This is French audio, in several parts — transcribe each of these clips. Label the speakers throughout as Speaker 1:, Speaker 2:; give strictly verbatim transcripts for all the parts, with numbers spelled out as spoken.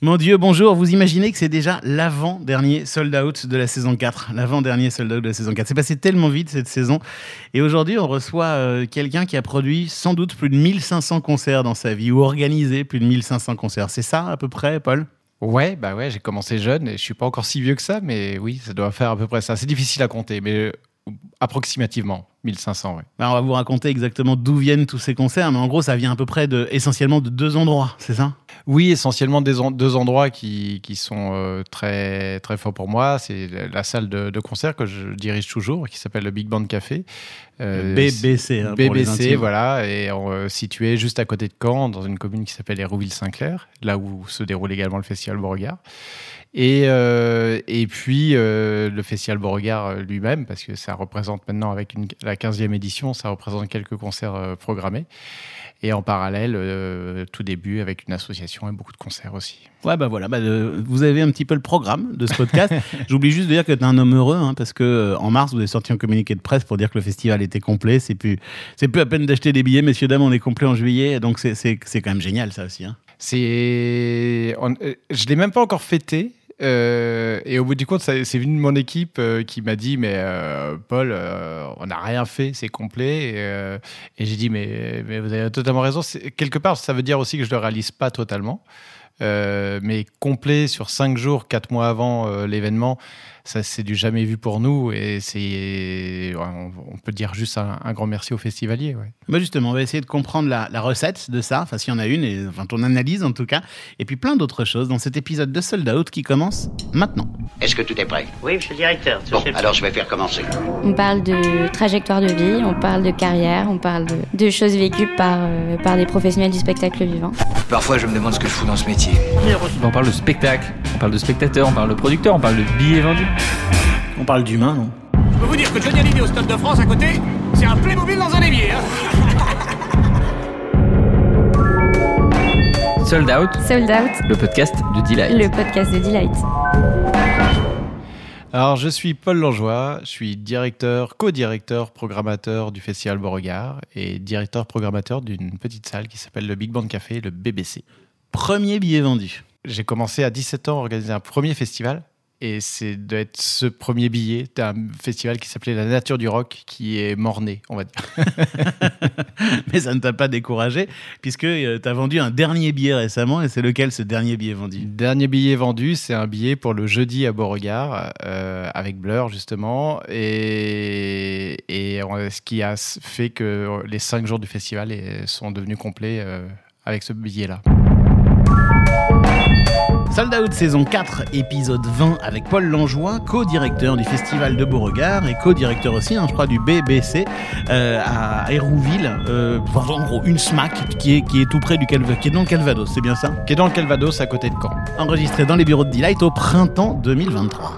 Speaker 1: Mon Dieu, bonjour. Vous imaginez que c'est déjà l'avant-dernier sold out de la saison quatre. L'avant-dernier sold out de la saison quatre. C'est passé tellement vite cette saison. Et aujourd'hui, on reçoit euh, quelqu'un qui a produit sans doute plus de mille cinq cents concerts dans sa vie ou organisé plus de mille cinq cents concerts. C'est ça à peu près, Paul ?
Speaker 2: Ouais, bah ouais, j'ai commencé jeune et je suis pas encore si vieux que ça, mais oui, ça doit faire à peu près ça. C'est difficile à compter, mais approximativement mille cinq cents, ouais.
Speaker 1: Alors, on va vous raconter exactement d'où viennent tous ces concerts, mais en gros, ça vient à peu près de, essentiellement de deux endroits, c'est ça ?
Speaker 2: Oui, essentiellement des en- deux endroits qui, qui sont euh, très, très forts pour moi. C'est la salle de, de concert que je dirige toujours, qui s'appelle le Big Band Café.
Speaker 1: Euh, B B C, hein, pour les
Speaker 2: B B C,
Speaker 1: intimes.
Speaker 2: voilà, et euh, situé juste à côté de Caen, dans une commune qui s'appelle Hérouville-Saint-Clair, là où se déroule également le Festival Beauregard. Et, euh, et puis euh, le Festival Beauregard lui-même, parce que ça représente maintenant, avec une, la quinzième édition, ça représente quelques concerts euh, programmés. Et en parallèle, euh, tout début avec une association et beaucoup de concerts aussi.
Speaker 1: Ouais, bah voilà, bah, euh, vous avez un petit peu le programme de ce podcast. J'oublie juste de dire que tu es un homme heureux, hein, parce que euh, en mars, vous avez sorti un communiqué de presse pour dire que le festival était complet. C'est plus, c'est plus à peine d'acheter des billets, messieurs, dames, on est complet en juillet. Donc c'est, c'est, c'est quand même génial, ça aussi. Hein.
Speaker 2: C'est... On... Je ne l'ai même pas encore fêté. Euh, et au bout du compte, ça, c'est venu de mon équipe euh, qui m'a dit mais euh, Paul, euh, on n'a rien fait, c'est complet. Et, euh, et j'ai dit mais, mais vous avez totalement raison. C'est, quelque part, ça veut dire aussi que je ne le réalise pas totalement. Euh, mais complet sur cinq jours, quatre mois avant euh, l'événement, ça c'est du jamais vu pour nous. Et c'est, on, on peut dire juste un, un grand merci aux festivaliers. Ouais.
Speaker 1: Bah justement, on va essayer de comprendre la, la recette de ça, enfin s'il y en a une, et, enfin ton analyse en tout cas, et puis plein d'autres choses dans cet épisode de Sold Out qui commence maintenant.
Speaker 3: Est-ce que tout est prêt ?
Speaker 4: Oui, monsieur le directeur.
Speaker 3: Bon, alors je vais faire commencer.
Speaker 5: On parle de trajectoire de vie, on parle de carrière, on parle de, de choses vécues par, euh, par des professionnels du spectacle vivant.
Speaker 6: Parfois, je me demande ce que je fous dans ce métier.
Speaker 7: On parle de spectacle, on parle de spectateur, on parle de producteur, on parle de billets vendus.
Speaker 1: On parle d'humain, non ?
Speaker 8: Je peux vous dire que Johnny Hallyday au Stade de France à côté, c'est un Playmobil dans un évier. Hein.
Speaker 7: Sold Out,
Speaker 5: Sold Out,
Speaker 7: le podcast de Delight.
Speaker 5: le podcast de Delight.
Speaker 2: Alors, je suis Paul Langeois, je suis directeur, co-directeur, programmateur du Festival Beauregard et directeur programmateur d'une petite salle qui s'appelle le Big Band Café, le B B C.
Speaker 1: Premier billet vendu.
Speaker 2: J'ai commencé à dix-sept ans à organiser un premier festival et c'est d'être ce premier billet d'un festival qui s'appelait La Nature du Rock qui est mort-né, on va dire.
Speaker 1: Mais ça ne t'a pas découragé puisque euh, tu as vendu un dernier billet récemment et c'est lequel ce dernier billet vendu ?
Speaker 2: Dernier billet vendu, c'est un billet pour le jeudi à Beauregard euh, avec Blur justement et, et on, ce qui a fait que les cinq jours du festival est, sont devenus complets euh, avec ce billet-là.
Speaker 1: Sold Out saison quatre, épisode vingt avec Paul Langeois, co-directeur du Festival de Beauregard et co-directeur aussi, hein, je crois, du B B C euh, à Hérouville. Euh, en gros, une SMAC qui est, qui est tout près du Calvados, qui est dans le Calvados, c'est bien ça ?
Speaker 2: Qui est dans le Calvados à côté de Caen.
Speaker 1: Enregistré dans les bureaux de Delight au printemps deux mille vingt-trois.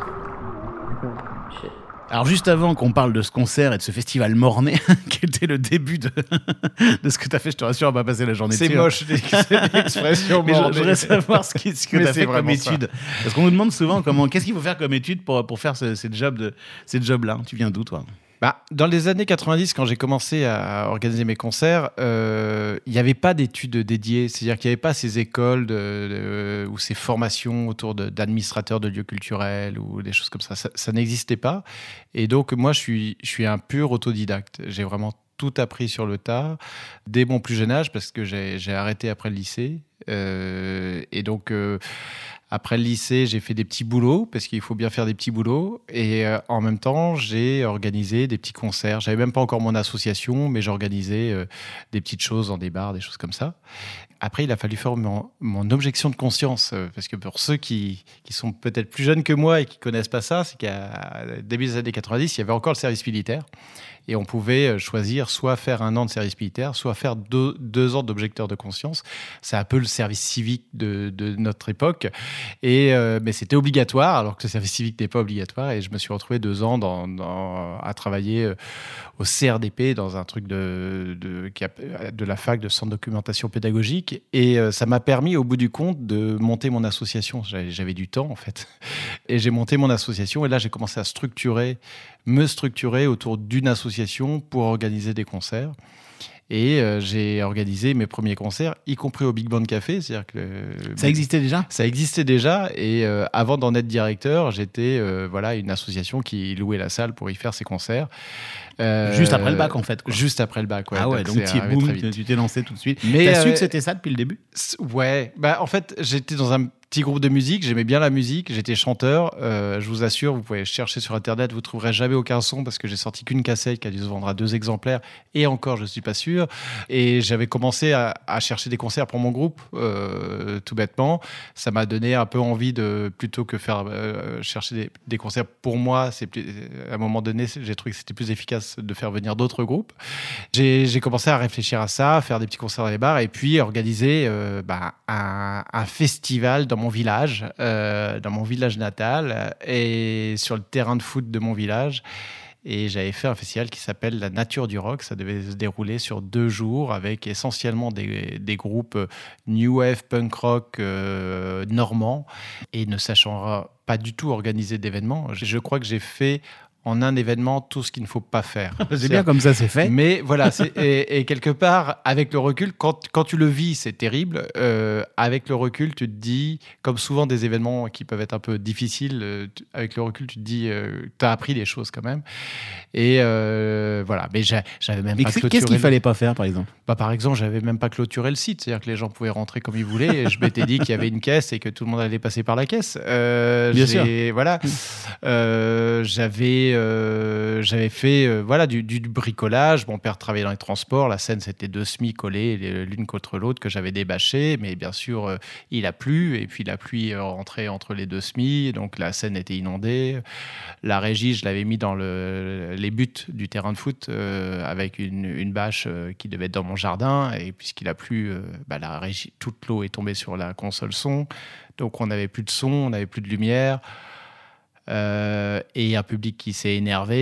Speaker 1: Alors juste avant qu'on parle de ce concert et de ce festival morné, qui était le début de, de ce que tu as fait, je te rassure, on va passer la journée
Speaker 2: c'est
Speaker 1: dessus.
Speaker 2: Moche, c'est l'expression
Speaker 1: Mais je,
Speaker 2: mornée.
Speaker 1: je voudrais savoir ce, qui, ce que tu as fait comme
Speaker 2: ça.
Speaker 1: étude. Parce qu'on nous demande souvent comment, qu'est-ce qu'il faut faire comme étude pour, pour faire ce, ces, jobs de, ces jobs-là. Tu viens d'où, toi ?
Speaker 2: Bah, dans les années quatre-vingt-dix, quand j'ai commencé à organiser mes concerts, euh, il n'y avait pas d'études dédiées. C'est-à-dire qu'il n'y avait pas ces écoles de, de, ou ces formations autour de, d'administrateurs de lieux culturels ou des choses comme ça. Ça, ça n'existait pas. Et donc, moi, je suis, je suis un pur autodidacte. J'ai vraiment tout appris sur le tas dès mon plus jeune âge parce que j'ai, j'ai arrêté après le lycée. Euh, et donc... Euh, Après le lycée, j'ai fait des petits boulots, parce qu'il faut bien faire des petits boulots. Et euh, en même temps, j'ai organisé des petits concerts. Je n'avais même pas encore mon association, mais j'organisais euh, des petites choses dans des bars, des choses comme ça. Après, il a fallu faire mon, mon objection de conscience, euh, parce que pour ceux qui, qui sont peut-être plus jeunes que moi et qui ne connaissent pas ça, c'est qu'à début des années quatre-vingt-dix, il y avait encore le service militaire. Et on pouvait choisir soit faire un an de service militaire, soit faire deux, deux ans d'objecteur de conscience. C'est un peu le service civique de, de notre époque. Et, euh, mais c'était obligatoire, alors que le service civique n'est pas obligatoire. Et je me suis retrouvé deux ans dans, dans, à travailler au C R D P, dans un truc de, de, de la fac, de Centre de documentation pédagogique. Et euh, ça m'a permis, au bout du compte, de monter mon association. J'avais, j'avais du temps, en fait. Et j'ai monté mon association. Et là, j'ai commencé à structurer, me structurer autour d'une association pour organiser des concerts. Et euh, j'ai organisé mes premiers concerts, y compris au Big Band Café. C'est-à-dire que le...
Speaker 1: Ça existait déjà ?
Speaker 2: Ça existait déjà. Et euh, avant d'en être directeur, j'étais euh, voilà, une association qui louait la salle pour y faire ses concerts.
Speaker 1: Euh, juste après le bac, en fait. Quoi.
Speaker 2: Juste après le bac, ouais.
Speaker 1: Ah ouais, donc, donc tu, boum, tu t'es lancé tout de suite.
Speaker 2: Mais
Speaker 1: t'as
Speaker 2: euh,
Speaker 1: su que c'était ça depuis le début ?
Speaker 2: Ouais. Bah, en fait, j'étais dans un petit groupe de musique, j'aimais bien la musique, j'étais chanteur. Euh, je vous assure, vous pouvez chercher sur Internet, vous trouverez jamais aucun son parce que j'ai sorti qu'une cassette qui a dû se vendre à deux exemplaires. Et encore, je suis pas sûr. Et j'avais commencé à, à chercher des concerts pour mon groupe, euh, tout bêtement. Ça m'a donné un peu envie de, plutôt que faire euh, chercher des, des concerts pour moi, c'est plus, à un moment donné, j'ai trouvé que c'était plus efficace de faire venir d'autres groupes. J'ai, j'ai commencé à réfléchir à ça, à faire des petits concerts dans les bars et puis organiser euh, bah, un, un festival dans mon village, euh, dans mon village natal et sur le terrain de foot de mon village. Et j'avais fait un festival qui s'appelle La Nature du Rock. Ça devait se dérouler sur deux jours avec essentiellement des, des groupes new wave, punk rock euh, normands. Et ne sachant pas du tout organiser d'événements, je, je crois que j'ai fait en un événement tout ce qu'il ne faut pas faire.
Speaker 1: C'est, c'est bien comme ça, c'est fait.
Speaker 2: Mais voilà, c'est, et, et quelque part, avec le recul, quand, quand tu le vis, c'est terrible. Euh, avec le recul, tu te dis, comme souvent des événements qui peuvent être un peu difficiles, euh, tu, avec le recul, tu te dis, euh, tu as appris des choses quand même. Et euh, voilà, mais j'a, j'avais même
Speaker 1: mais
Speaker 2: pas clôturé.
Speaker 1: Qu'est-ce qu'il ne fallait pas faire, par exemple ?
Speaker 2: Bah, par exemple, j'avais même pas clôturé le site. C'est-à-dire que les gens pouvaient rentrer comme ils voulaient. Et je m'étais dit qu'il y avait une caisse et que tout le monde allait passer par la caisse. Euh,
Speaker 1: Bien
Speaker 2: j'ai,
Speaker 1: sûr.
Speaker 2: Voilà. Euh, j'avais... Euh, j'avais fait euh, voilà, du, du, du bricolage. Mon père travaillait dans les transports. La scène, c'était deux semis collés l'une contre l'autre que j'avais débâché. Mais bien sûr, euh, il a plu. Et puis la pluie rentrait entre les deux semis. Donc la scène était inondée. La régie, je l'avais mis dans le, les buts du terrain de foot euh, avec une, une bâche euh, qui devait être dans mon jardin. Et puisqu'il a plu, euh, bah, la régie, toute l'eau est tombée sur la console son. Donc on n'avait plus de son, on n'avait plus de lumière. Euh, et un public qui s'est énervé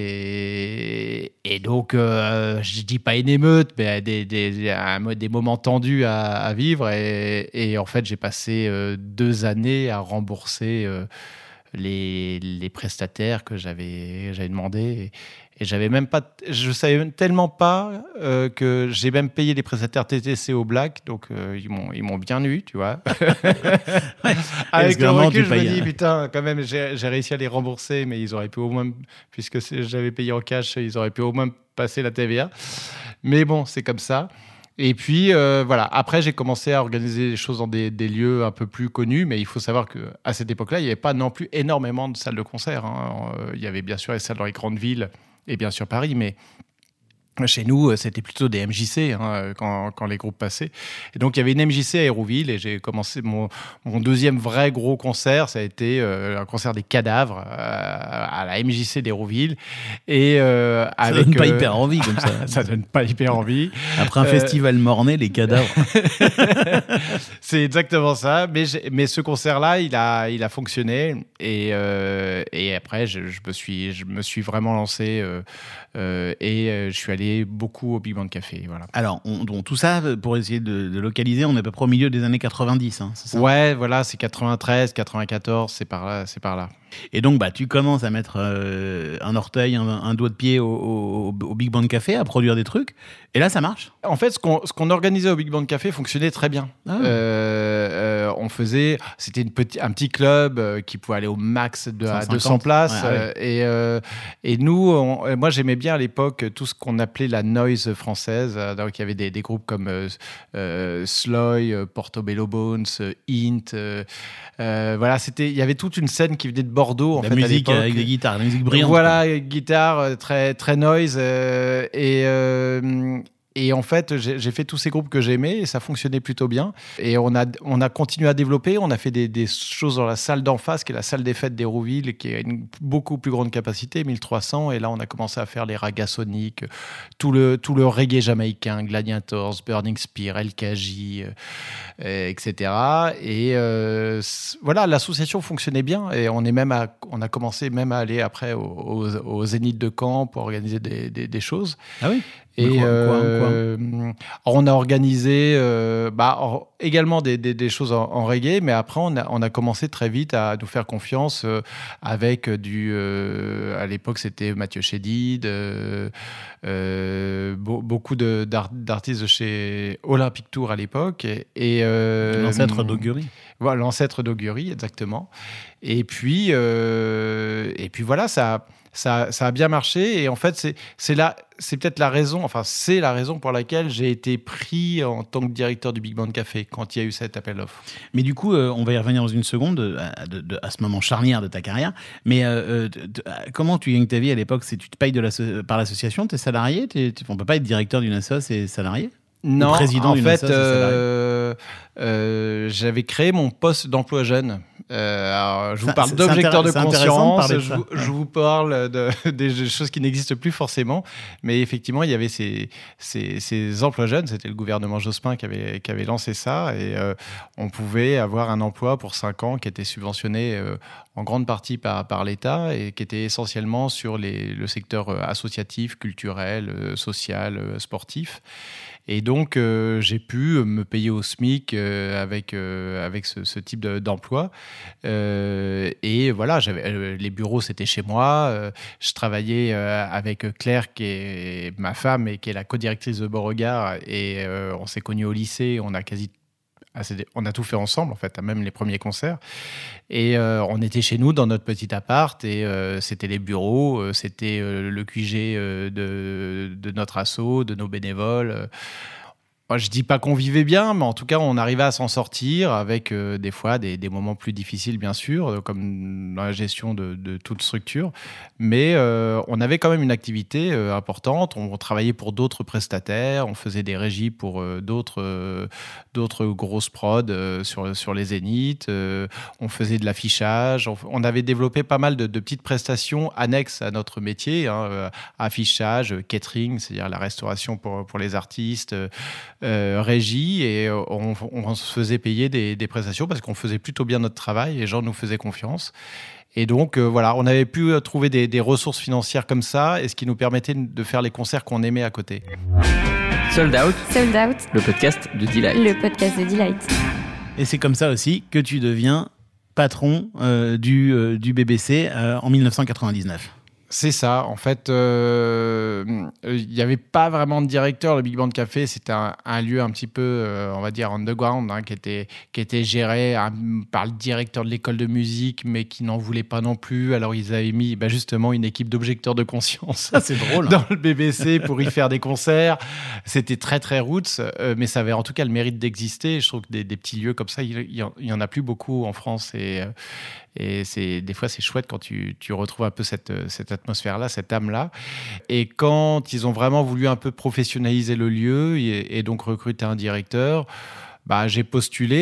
Speaker 2: et, et donc euh, je dis pas une émeute mais des, des, un, des moments tendus à, à vivre et, et en fait j'ai passé euh, deux années à rembourser euh, les, les prestataires que j'avais, j'avais demandé et, et j'avais même pas, je savais tellement pas euh, que j'ai même payé les prestataires T T C au black, donc euh, ils m'ont ils m'ont bien eu, tu vois.
Speaker 1: Ouais.
Speaker 2: Avec le recul, je me
Speaker 1: payes,
Speaker 2: dis
Speaker 1: hein.
Speaker 2: putain, quand même, j'ai, j'ai réussi à les rembourser, mais ils auraient pu au moins, puisque c'est, j'avais payé en cash, ils auraient pu au moins passer la T V A. Mais bon, c'est comme ça. Et puis, euh, voilà. Après, j'ai commencé à organiser des choses dans des, des lieux un peu plus connus, mais il faut savoir qu'à cette époque-là, il n'y avait pas non plus énormément de salles de concert. Hein. Il y avait bien sûr les salles dans les grandes villes et bien sûr Paris, mais chez nous, c'était plutôt des M J C hein, quand, quand les groupes passaient. Et donc, il y avait une M J C à Hérouville et j'ai commencé mon, mon deuxième vrai gros concert. Ça a été euh, un concert des Cadavres euh, à la M J C d'Hérouville. Et, euh,
Speaker 1: ça
Speaker 2: avec,
Speaker 1: donne pas
Speaker 2: euh,
Speaker 1: hyper envie comme ça.
Speaker 2: ça donne pas hyper envie.
Speaker 1: Après un
Speaker 2: Euh,
Speaker 1: festival mornay, les Cadavres.
Speaker 2: C'est exactement ça. Mais, j'ai, mais ce concert-là, il a, il a fonctionné. Et, euh, et après, je, je, me suis, je me suis vraiment lancé euh, euh, et euh, je suis allé beaucoup au Big Band Café. Voilà.
Speaker 1: Alors, on, donc, tout ça, pour essayer de, de localiser, on est à peu près au milieu des années quatre-vingt-dix, hein, c'est ça ?
Speaker 2: Ouais, voilà, c'est quatre-vingt-treize, quatre-vingt-quatorze, c'est par là, c'est par là.
Speaker 1: Et donc, bah, tu commences à mettre euh, un orteil, un, un doigt de pied au, au, au Big Band Café, à produire des trucs. Et là, ça marche ?
Speaker 2: En fait, ce qu'on, ce qu'on organisait au Big Band Café fonctionnait très bien.
Speaker 1: Ah.
Speaker 2: Euh, euh, on faisait, c'était une petit, un petit club euh, qui pouvait aller au max de, à deux cents places.
Speaker 1: Ouais, ouais.
Speaker 2: Euh, et, euh, et nous, on, moi, j'aimais bien à l'époque tout ce qu'on appelait la noise française. Euh, donc, il y avait des, des groupes comme euh, euh, Sloy, euh, Portobello Bones, euh, Int. Euh, euh, voilà, c'était, il y avait toute une scène qui venait de Bordeaux. En
Speaker 1: La
Speaker 2: fait,
Speaker 1: musique
Speaker 2: à l'époque.
Speaker 1: avec des guitares, la musique brillante.
Speaker 2: Voilà, quoi. Guitare, euh, très, très noise. Euh, et, euh, et en fait, j'ai, j'ai fait tous ces groupes que j'aimais et ça fonctionnait plutôt bien. Et on a, on a continué à développer. On a fait des, des choses dans la salle d'en face, qui est la salle des fêtes d'Hérouville, qui a une beaucoup plus grande capacité, mille trois cents. Et là, on a commencé à faire les ragas soniques, tout le, tout le reggae jamaïcain, Gladiators, Burning Spear, El Kaji, euh, et cetera. Et euh, voilà, l'association fonctionnait bien. Et on, est même à, on a commencé même à aller après au, au, au Zénith de Caen pour organiser des, des, des choses.
Speaker 1: Ah oui ?
Speaker 2: Et
Speaker 1: quoi,
Speaker 2: euh,
Speaker 1: quoi
Speaker 2: on a organisé euh, bah, or, également des, des, des choses en, en reggae, mais après on a, on a commencé très vite à nous faire confiance euh, avec du. Euh, à l'époque, c'était Mathieu Chédid, euh, euh, be- beaucoup de, d'art, d'artistes de chez Olympic Tour à l'époque. Et, et, euh,
Speaker 1: L'ancêtre d'Augury.
Speaker 2: Voilà, l'ancêtre d'Augury, exactement. Et puis, euh, et puis voilà, ça. Ça, ça a bien marché et en fait, c'est, c'est, la, c'est peut-être la raison, enfin, c'est la raison pour laquelle j'ai été pris en tant que directeur du Big Band Café quand il y a eu cet appel d'offres.
Speaker 1: Mais du coup, euh, on va y revenir dans une seconde, à, de, de, à ce moment charnière de ta carrière. Mais euh, de, de, comment tu gagnes ta vie à l'époque? C'est, tu te payes de la, par l'association? Tu es salarié? t'es, t'es, On ne peut pas être directeur d'une asso et salarié?
Speaker 2: Non,
Speaker 1: président
Speaker 2: en
Speaker 1: d'une
Speaker 2: fait,
Speaker 1: asso,
Speaker 2: euh, euh, j'avais créé mon poste d'emploi jeune. Euh, alors, je vous
Speaker 1: Ça,
Speaker 2: parle
Speaker 1: c'est,
Speaker 2: d'objecteur
Speaker 1: c'est
Speaker 2: de conscience, de je, vous, je vous parle de, des choses qui n'existent plus forcément, mais effectivement, il y avait ces, ces, ces emplois jeunes, c'était le gouvernement Jospin qui avait, qui avait lancé ça, et euh, on pouvait avoir un emploi pour cinq ans qui était subventionné euh, en grande partie par, par l'État et qui était essentiellement sur les, le secteur associatif, culturel, euh, social, euh, sportif. Et donc, euh, j'ai pu me payer au SMIC euh, avec, euh, avec ce, ce type de, d'emploi. Euh, et voilà, j'avais, euh, les bureaux, c'était chez moi. Euh, je travaillais euh, avec Claire, qui est ma femme et qui est la co-directrice de Beauregard. Et euh, on s'est connus au lycée. On a quasi On a tout fait ensemble, en fait, même les premiers concerts. Et euh, on était chez nous, dans notre petit appart, et euh, c'était les bureaux, euh, c'était euh, le Q G euh, de, de notre asso, de nos bénévoles. Euh, Moi, je dis pas qu'on vivait bien, mais en tout cas, on arrivait à s'en sortir avec euh, des fois des, des moments plus difficiles, bien sûr, euh, comme dans la gestion de, de toute structure. Mais euh, on avait quand même une activité euh, importante. On travaillait pour d'autres prestataires, on faisait des régies pour euh, d'autres, euh, d'autres grosses prods euh, sur, sur les zéniths. Euh, on faisait de l'affichage. On, on avait développé pas mal de, de petites prestations annexes à notre métier, hein, euh, affichage, catering, c'est-à-dire la restauration pour, pour les artistes. Euh, Euh, régie et on, on se faisait payer des, des prestations parce qu'on faisait plutôt bien notre travail et les gens nous faisaient confiance. Et donc, euh, voilà, on avait pu trouver des, des ressources financières comme ça et ce qui nous permettait de faire les concerts qu'on aimait à côté.
Speaker 7: Sold Out,
Speaker 5: Sold Out,
Speaker 7: le podcast de Delight.
Speaker 5: le podcast de Delight.
Speaker 1: Et c'est comme ça aussi que tu deviens patron euh, du, euh, du B B C euh, en dix-neuf cent quatre-vingt-dix-neuf.
Speaker 2: C'est ça. En fait, il euh, n'y avait pas vraiment de directeur. Le Big Band Café, c'était un, un lieu un petit peu, euh, on va dire, underground, hein, qui était, qui était géré hein, par le directeur de l'école de musique, mais qui n'en voulait pas non plus. Alors, ils avaient mis bah, justement une équipe d'objecteurs de conscience
Speaker 1: Ça, c'est drôle,
Speaker 2: dans le B B C pour y faire des concerts. C'était très, très roots, euh, mais ça avait en tout cas le mérite d'exister. Je trouve que des, des petits lieux comme ça, il n'y en a plus beaucoup en France. Et, euh, Et c'est, des fois, c'est chouette quand tu, tu retrouves un peu cette, cette atmosphère-là, cette âme-là. Et quand ils ont vraiment voulu un peu professionnaliser le lieu et, et donc recruter un directeur, bah, j'ai postulé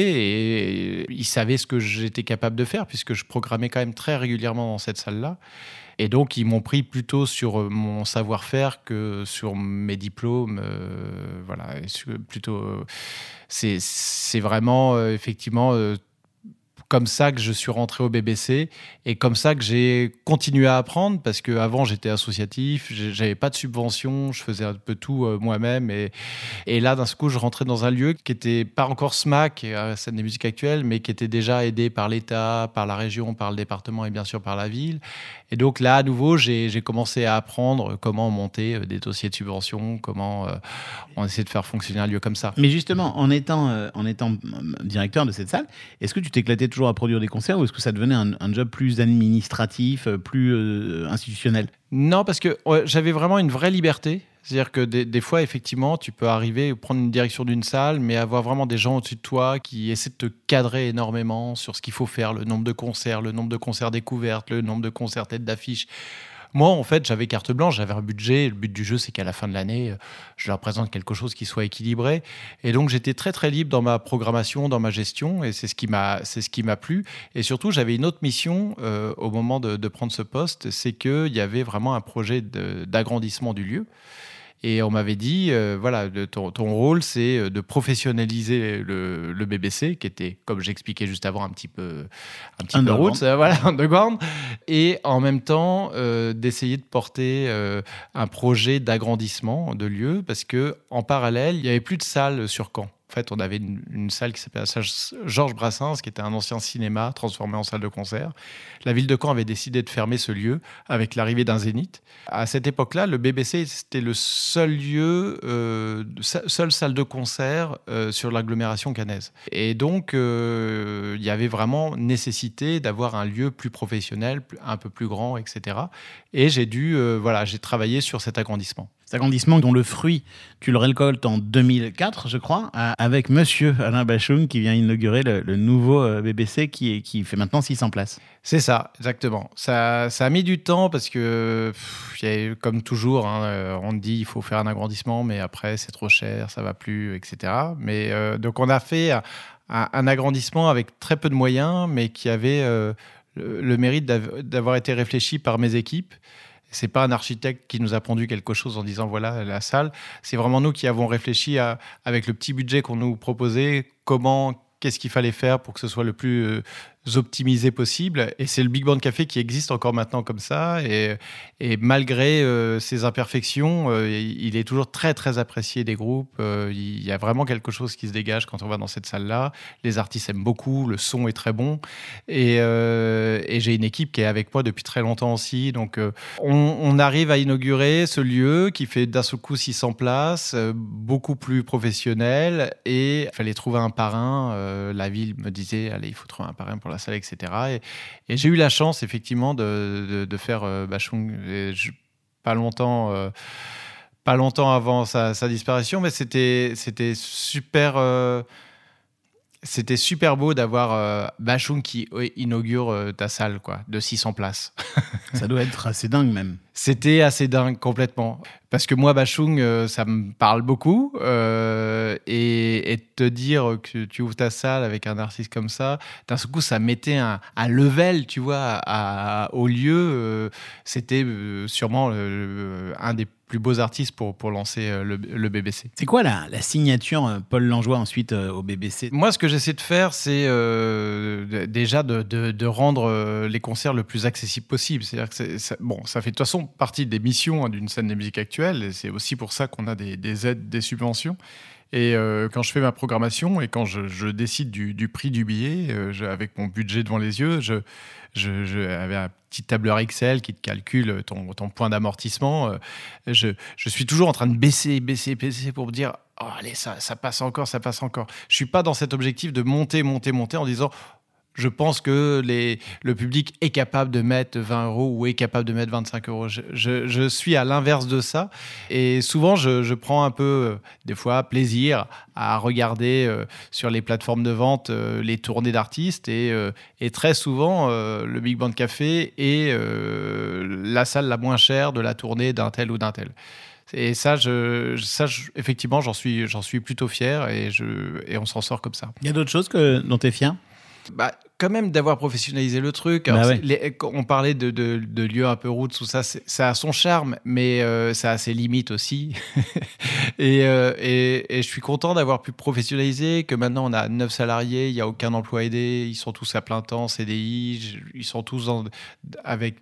Speaker 2: et ils savaient ce que j'étais capable de faire puisque je programmais quand même très régulièrement dans cette salle-là. Et donc, ils m'ont pris plutôt sur mon savoir-faire que sur mes diplômes. Euh, voilà, et plutôt, euh, c'est, c'est vraiment, euh, effectivement... Euh, comme ça que je suis rentré au B B C et comme ça que j'ai continué à apprendre parce qu'avant j'étais associatif, j'avais pas de subvention, je faisais un peu tout euh, moi-même et, et là d'un coup je rentrais dans un lieu qui était pas encore SMAC, euh, scène des musiques actuelles, mais qui était déjà aidé par l'État, par la région, par le département et bien sûr par la ville. Et donc là à nouveau j'ai, j'ai commencé à apprendre comment monter des dossiers de subvention, comment euh, on essaie de faire fonctionner un lieu comme ça.
Speaker 1: Mais justement, en étant, euh, en étant directeur de cette salle, est-ce que tu t'éclatais toujours à produire des concerts ou est-ce que ça devenait un, un job plus administratif, plus euh, institutionnel?
Speaker 2: Non, parce que ouais, j'avais vraiment une vraie liberté. C'est-à-dire que des, des fois, effectivement, tu peux arriver ou prendre une direction d'une salle, mais avoir vraiment des gens au-dessus de toi qui essaient de te cadrer énormément sur ce qu'il faut faire, le nombre de concerts, le nombre de concerts découvertes, le nombre de concerts tête d'affiche. Moi, en fait, j'avais carte blanche, j'avais un budget. Le but du jeu, c'est qu'à la fin de l'année, je leur présente quelque chose qui soit équilibré. Et donc, j'étais très, très libre dans ma programmation, dans ma gestion. Et c'est ce qui m'a, c'est ce qui m'a plu. Et surtout, j'avais une autre mission euh, au moment de, de prendre ce poste. C'est qu'il y avait vraiment un projet de, d'agrandissement du lieu. Et on m'avait dit, euh, voilà, de, ton, ton rôle, c'est de professionnaliser le, le B B C, qui était, comme j'expliquais juste avant, un petit peu, un petit peu roots, euh, voilà, underground, et en même temps euh, d'essayer de porter euh, un projet d'agrandissement de lieu, parce que en parallèle, il n'y avait plus de salle sur Caen. En fait, on avait une, une salle qui s'appelait la salle Georges Brassens, qui était un ancien cinéma transformé en salle de concert. La ville de Caen avait décidé de fermer ce lieu avec l'arrivée d'un zénith. À cette époque-là, le B B C, c'était le seul lieu, euh, seule salle de concert euh, sur l'agglomération caennaise. Et donc, euh, il y avait vraiment nécessité d'avoir un lieu plus professionnel, un peu plus grand, et cetera. Et j'ai dû, euh, voilà, j'ai travaillé sur cet agrandissement.
Speaker 1: Cet agrandissement dont le fruit, tu le récoltes en deux mille quatre, je crois, avec monsieur Alain Bachung qui vient inaugurer le, le nouveau B B C qui, est, qui fait maintenant six cents places.
Speaker 2: C'est ça, exactement. Ça, ça a mis du temps parce que, pff, y a, comme toujours, hein, on dit il faut faire un agrandissement, mais après c'est trop cher, ça va plus, et cetera. Mais, euh, donc on a fait un, un agrandissement avec très peu de moyens, mais qui avait euh, le, le mérite d'av- d'avoir été réfléchi par mes équipes. C'est pas un architecte qui nous a pondu quelque chose en disant voilà la salle. C'est vraiment nous qui avons réfléchi à, avec le petit budget qu'on nous proposait, comment, qu'est-ce qu'il fallait faire pour que ce soit le plus euh, optimisé possible. Et c'est le Big Band Café qui existe encore maintenant comme ça. Et, et malgré euh, ses imperfections, euh, il est toujours très très apprécié des groupes. Euh, il y a vraiment quelque chose qui se dégage quand on va dans cette salle-là. Les artistes aiment beaucoup, le son est très bon. Et, euh, et j'ai une équipe qui est avec moi depuis très longtemps aussi. Donc euh, on, on arrive à inaugurer ce lieu qui fait d'un seul coup six cents places, euh, beaucoup plus professionnel. Et il fallait trouver un parrain. Euh, la ville me disait allez, il faut trouver un parrain pour la salle, et cetera. Et, et j'ai eu la chance, effectivement, de, de, de faire euh, Bachung et je, pas longtemps, euh, pas longtemps avant sa, sa disparition, mais c'était, c'était super... Euh, C'était super beau d'avoir euh, Bachung qui euh, inaugure euh, ta salle, quoi, de six cents places.
Speaker 1: Ça doit être assez dingue même.
Speaker 2: C'était assez dingue, complètement. Parce que moi, Bachung, euh, ça me parle beaucoup. Euh, et, et te dire que tu ouvres ta salle avec un artiste comme ça, d'un seul coup, ça mettait un, un level, tu vois, à, à, au lieu. Euh, c'était euh, sûrement le, le, un des plus beaux artistes pour, pour lancer euh, le, le B B C.
Speaker 1: C'est quoi la, la signature euh, Paul Langlois ensuite euh, au B B C ?
Speaker 2: Moi, ce que j'essaie de faire, c'est euh, déjà de, de, de rendre euh, les concerts le plus accessibles possible. C'est-à-dire que c'est, ça, bon, ça fait de toute façon partie des missions hein, d'une scène de musique actuelle. Et c'est aussi pour ça qu'on a des, des aides, des subventions. Et euh, quand je fais ma programmation et quand je, je décide du, du prix du billet, euh, je, avec mon budget devant les yeux, je, je, je avais un petit tableur Excel qui te calcule ton, ton point d'amortissement. Euh, je, je suis toujours en train de baisser, baisser, baisser pour me dire oh, allez, ça, ça passe encore, ça passe encore. Je suis pas dans cet objectif de monter, monter, monter en disant je pense que les, le public est capable de mettre vingt euros ou est capable de mettre vingt-cinq euros. Je, je, je suis à l'inverse de ça. Et souvent, je, je prends un peu, euh, des fois, plaisir à regarder euh, sur les plateformes de vente euh, les tournées d'artistes. Et, euh, et très souvent, euh, le Big Band Café est euh, la salle la moins chère de la tournée d'un tel ou d'un tel. Et ça, je, ça je, effectivement, j'en suis, j'en suis plutôt fier et, je, et on s'en sort comme ça.
Speaker 1: Il y a d'autres choses que, dont tu es fier ?
Speaker 2: Bah, quand même d'avoir professionnalisé le truc. Alors,
Speaker 1: bah ouais.
Speaker 2: les, on parlait de, de, de lieux un peu roots, tout ça, c'est, ça a son charme, mais euh, ça a ses limites aussi. et, euh, et, et je suis content d'avoir pu professionnaliser, que maintenant on a neuf salariés, il n'y a aucun emploi aidé, ils sont tous à plein temps, C D I, ils sont tous dans, avec,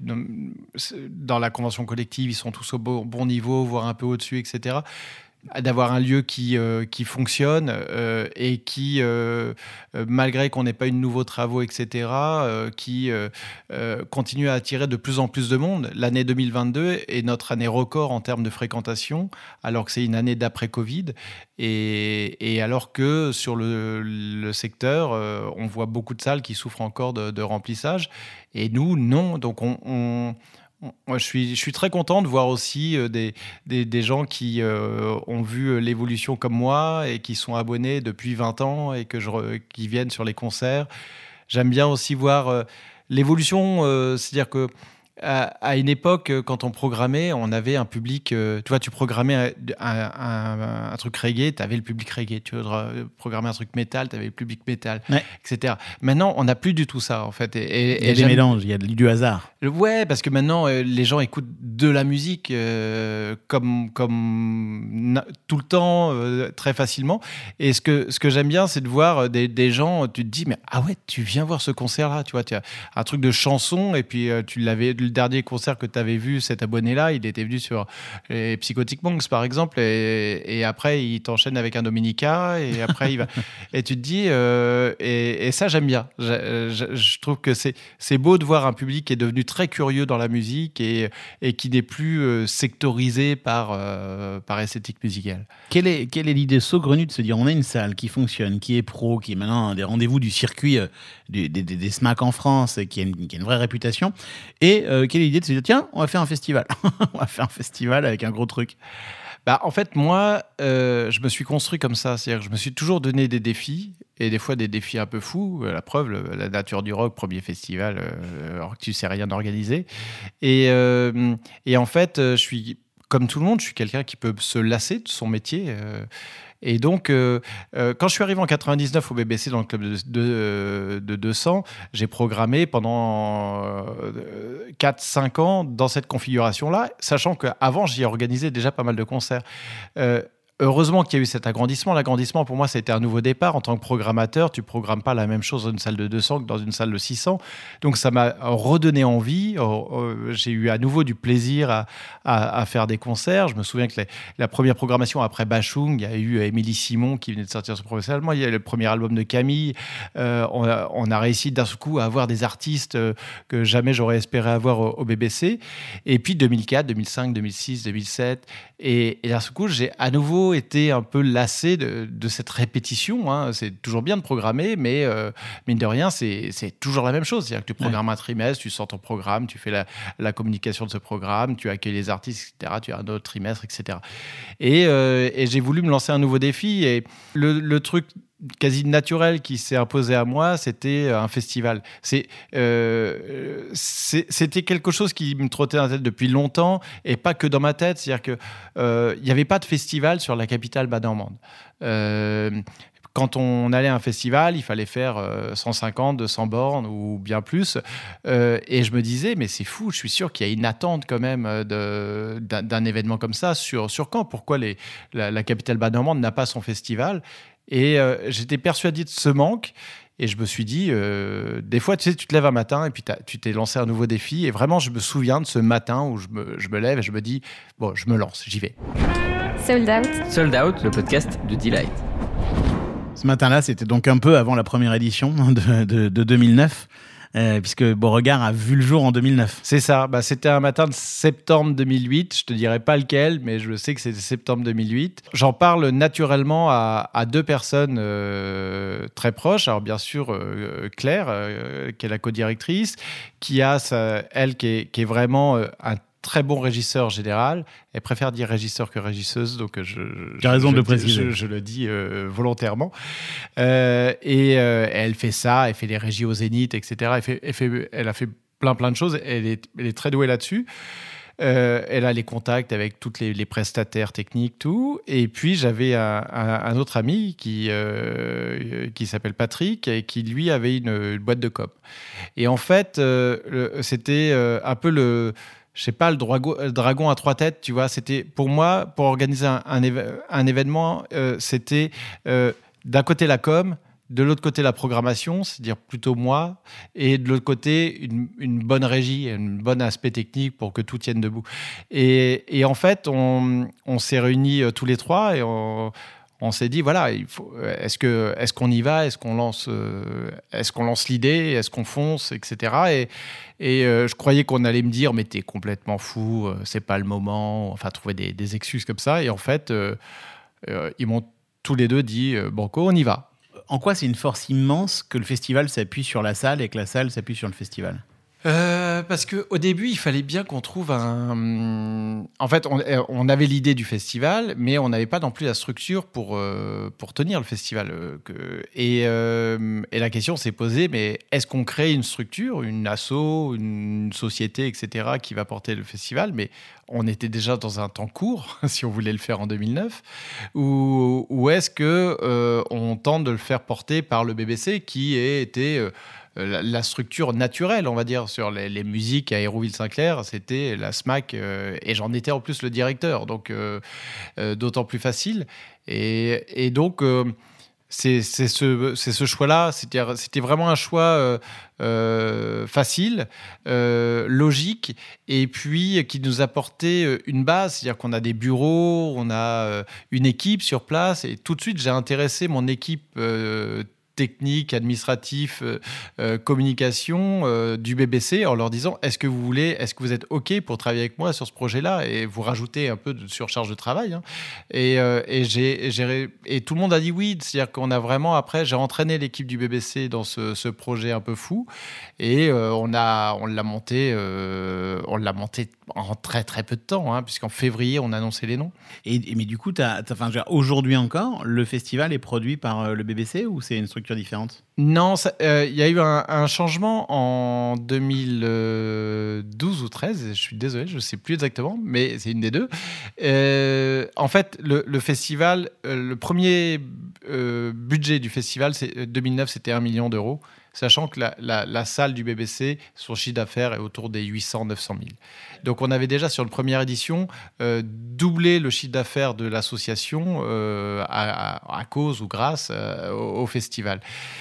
Speaker 2: dans la convention collective, ils sont tous au bon, bon niveau, voire un peu au-dessus, et cetera. D'avoir un lieu qui, euh, qui fonctionne euh, et qui, euh, euh, malgré qu'on n'ait pas eu de nouveaux travaux, et cetera, euh, qui euh, euh, continue à attirer de plus en plus de monde. L'année deux mille vingt-deux est notre année record en termes de fréquentation, alors que c'est une année d'après-Covid. Et, et alors que sur le, le secteur, euh, on voit beaucoup de salles qui souffrent encore de, de remplissage. Et nous, non. Donc, on... on Moi, je suis, je suis très content de voir aussi euh, des, des, des gens qui euh, ont vu l'évolution comme moi et qui sont abonnés depuis vingt ans et que je re, qui viennent sur les concerts. J'aime bien aussi voir euh, l'évolution, euh, c'est-à-dire que à, à une époque, quand on programmait, on avait un public. Euh, tu vois, tu programmais un, un, un, un truc reggae, tu avais le public reggae. Tu programmais un truc métal, tu avais le public métal,
Speaker 1: ouais.
Speaker 2: et cetera. Maintenant, on n'a plus du tout ça, en fait. Et, et,
Speaker 1: il y a
Speaker 2: et
Speaker 1: des mélanges, il y a du hasard.
Speaker 2: Ouais, parce que maintenant, euh, les gens écoutent de la musique euh, comme, comme na- tout le temps, euh, très facilement. Et ce que, ce que j'aime bien, c'est de voir des, des gens, tu te dis, mais ah ouais, tu viens voir ce concert-là, tu vois, tu as un truc de chanson, et puis euh, tu l'avais, le dernier concert que tu avais vu, cet abonné-là, il était venu sur les Psychotic Monks, par exemple, et, et après, il t'enchaîne avec un Dominica, et après, il va... Et tu te dis, euh, et, et ça, j'aime bien. Je, je, je trouve que c'est, c'est beau de voir un public qui est devenu très curieux dans la musique et, et qui n'est plus euh, sectorisé par, euh, par esthétique musicale.
Speaker 1: Quelle est, quelle est l'idée saugrenue de se dire, on a une salle qui fonctionne, qui est pro, qui est maintenant un des rendez-vous du circuit euh, des, des, des SMAC en France, qui a une, qui a une vraie réputation, et euh, quelle est l'idée de se dire, tiens, on va faire un festival. On va faire un festival avec un gros truc.
Speaker 2: Bah, en fait, moi, euh, je me suis construit comme ça. C'est-à-dire que je me suis toujours donné des défis, et des fois des défis un peu fous. La preuve, le, la Nature du Rock, premier festival, euh, alors que tu sais rien organiser. Et, euh, et en fait, je suis, comme tout le monde, je suis quelqu'un qui peut se lasser de son métier. Euh, Et donc, euh, euh, quand je suis arrivé en quatre-vingt-dix-neuf au B B C dans le club de, de, de deux cents, j'ai programmé pendant euh, quatre cinq ans dans cette configuration-là, sachant qu'avant, j'y organisais déjà pas mal de concerts. Euh, Heureusement qu'il y a eu cet agrandissement. L'agrandissement, pour moi, ça a été un nouveau départ. En tant que programmateur, tu ne programmes pas la même chose dans une salle de deux cents que dans une salle de six cents. Donc, ça m'a redonné envie. J'ai eu à nouveau du plaisir à, à, à faire des concerts. Je me souviens que les, la première programmation après Bachung, il y a eu Émilie Simon qui venait de sortir son premier album. Il y a eu le premier album de Camille. Euh, on, a, on a réussi d'un coup à avoir des artistes que jamais j'aurais espéré avoir au, au B B C. Et puis, deux mille quatre, deux mille cinq, deux mille six, deux mille sept. Et, et d'un coup, j'ai à nouveau été un peu lassé de, de cette répétition. Hein. C'est toujours bien de programmer, mais euh, mine de rien, c'est, c'est toujours la même chose. C'est-à-dire que tu programmes ouais. un trimestre, tu sors ton programme, tu fais la, la communication de ce programme, tu accueilles les artistes, et cetera. Tu as un autre trimestre, et cetera. Et, euh, et j'ai voulu me lancer un nouveau défi. Et le, le truc quasi naturel qui s'est imposé à moi, c'était un festival. C'est, euh, c'est, c'était quelque chose qui me trottait dans la tête depuis longtemps, et pas que dans ma tête. C'est-à-dire qu'il euh, n'y avait pas de festival sur la capitale bas-normande. Euh, Quand on allait à un festival, il fallait faire cent cinquante, deux cents bornes ou bien plus. Euh, et je me disais, mais c'est fou, je suis sûr qu'il y a une attente quand même de, d'un, d'un événement comme ça sur, sur Caen. Pourquoi les, la, la capitale bas-normande n'a pas son festival ? Et euh, j'étais persuadé de ce manque. Et je me suis dit, euh, des fois, tu sais, tu te lèves un matin et puis tu t'es lancé un nouveau défi. Et vraiment, je me souviens de ce matin où je me, je me lève et je me dis, bon, je me lance, j'y vais.
Speaker 5: Sold Out.
Speaker 7: Sold Out, le podcast de Delight.
Speaker 1: Ce matin-là, c'était donc un peu avant la première édition de, de, de deux mille neuf. Euh, puisque Beauregard a vu le jour en deux mille neuf.
Speaker 2: C'est ça, bah, c'était un matin de septembre deux mille huit, je te dirai pas lequel, mais je sais que c'était septembre deux mille huit. J'en parle naturellement à, à deux personnes euh, très proches. Alors bien sûr, euh, Claire, euh, qui est la co-directrice, qui a, sa, elle, qui est, qui est vraiment euh, un très bon régisseur général. Elle préfère dire régisseur que régisseuse, donc je, je,
Speaker 1: T'as raison
Speaker 2: je,
Speaker 1: de le préciser.
Speaker 2: Je, je le dis euh, volontairement. Euh, et euh, elle fait ça, elle fait les régies au Zénith, et cetera. Elle, fait, elle, fait, elle a fait plein, plein de choses. Elle est, elle est très douée là-dessus. Euh, elle a les contacts avec tous les, les prestataires techniques, tout. Et puis, j'avais un, un, un autre ami qui, euh, qui s'appelle Patrick et qui, lui, avait une, une boîte de com. Et en fait, euh, le, c'était euh, un peu le... je sais pas, le dragon, le dragon à trois têtes, tu vois. C'était, pour moi, pour organiser un, un, éve- un événement, euh, c'était euh, d'un côté la com, de l'autre côté la programmation, c'est-à-dire plutôt moi, et de l'autre côté une, une bonne régie, un bon aspect technique pour que tout tienne debout. Et, et en fait, on, on s'est réunis euh, tous les trois et on... On s'est dit, voilà, il faut, est-ce, que, est-ce qu'on y va ? Est-ce qu'on lance, euh, est-ce qu'on lance l'idée ? Est-ce qu'on fonce ? Etc. Et, et euh, je croyais qu'on allait me dire, mais t'es complètement fou, euh, c'est pas le moment. Enfin, trouver des, des excuses comme ça. Et en fait, euh, euh, ils m'ont tous les deux dit, euh, Banco, on y va.
Speaker 1: En quoi c'est une force immense que le festival s'appuie sur la salle et que la salle s'appuie sur le festival ?
Speaker 2: Euh, parce qu'au début, il fallait bien qu'on trouve un... En fait, on, on avait l'idée du festival, mais on n'avait pas non plus la structure pour, euh, pour tenir le festival. Euh, que... et, euh, et la question s'est posée, mais est-ce qu'on crée une structure, une asso, une société, et cetera, qui va porter le festival ? Mais on était déjà dans un temps court, si on voulait le faire en deux mille neuf, ou, ou est-ce qu'on euh, tente de le faire porter par le B B C, qui a été... Euh, La, la structure naturelle, on va dire, sur les, les musiques à Hérouville-Saint-Clair, c'était la SMAC, euh, et j'en étais en plus le directeur, donc euh, euh, d'autant plus facile. Et, et donc, euh, c'est, c'est, ce, c'est ce choix-là, c'était, c'était vraiment un choix euh, euh, facile, euh, logique, et puis qui nous apportait une base, c'est-à-dire qu'on a des bureaux, on a euh, une équipe sur place, et tout de suite, j'ai intéressé mon équipe euh, technique, administratif, euh, euh, communication euh, du B B C en leur disant est-ce que vous voulez, est-ce que vous êtes OK pour travailler avec moi sur ce projet-là et vous rajoutez un peu de surcharge de travail. Hein. Et, euh, et, j'ai, j'ai, et tout le monde a dit oui, c'est-à-dire qu'on a vraiment, après, j'ai entraîné l'équipe du B B C dans ce, ce projet un peu fou et euh, on, a, on, l'a monté, euh, on l'a monté en très très peu de temps, hein, puisqu'en février, on a annoncé les noms.
Speaker 1: Et, et mais du coup, t'as, t'as, aujourd'hui encore, le festival est produit par le B B C ou c'est une structure différente ?
Speaker 2: Non, il euh, y a eu un, un changement en deux mille douze ou treize, je suis désolé, je ne sais plus exactement, mais c'est une des deux. Euh, en fait, le, le festival, euh, le premier euh, budget du festival, c'est, deux mille neuf, c'était un million d'euros, sachant que la, la, la salle du B B C, son chiffre d'affaires est autour des huit cents à neuf cent mille. Donc on avait déjà sur la première édition euh, doublé le chiffre d'affaires de l'association euh, à, à, à cause ou grâce euh, au, au festival.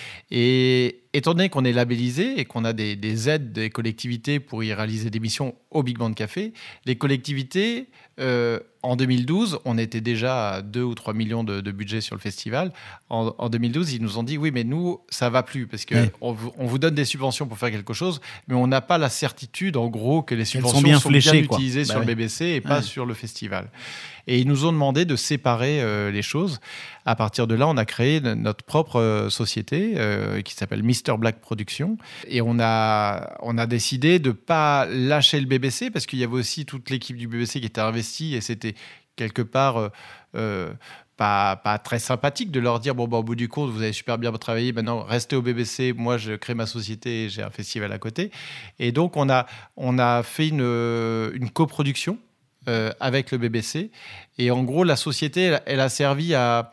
Speaker 2: Et étant donné qu'on est labellisé et qu'on a des, des aides des collectivités pour y réaliser des missions au Big Band Café, les collectivités, euh, en deux mille douze, on était déjà à deux ou trois millions de, de budget sur le festival. En, en deux mille douze, ils nous ont dit oui, mais nous, ça va plus parce qu'on ouais. on vous donne des subventions pour faire quelque chose, mais on n'a pas la certitude, en gros, que les subventions sont bien, sont fléchées, bien utilisées bah sur ouais. le B B C et pas ouais. sur le festival. Et ils nous ont demandé de séparer euh, les choses. À partir de là, on a créé notre propre euh, société euh, qui s'appelle Mister Black Productions. Et on a, on a décidé de ne pas lâcher le B B C parce qu'il y avait aussi toute l'équipe du B B C qui était investie et c'était quelque part euh, euh, pas, pas très sympathique de leur dire bon, bah, au bout du compte, vous avez super bien travaillé, maintenant restez au B B C, moi je crée ma société et j'ai un festival à côté. Et donc, on a, on a fait une, une coproduction Euh, avec le B B C. Et en gros, la société, elle, elle a servi à,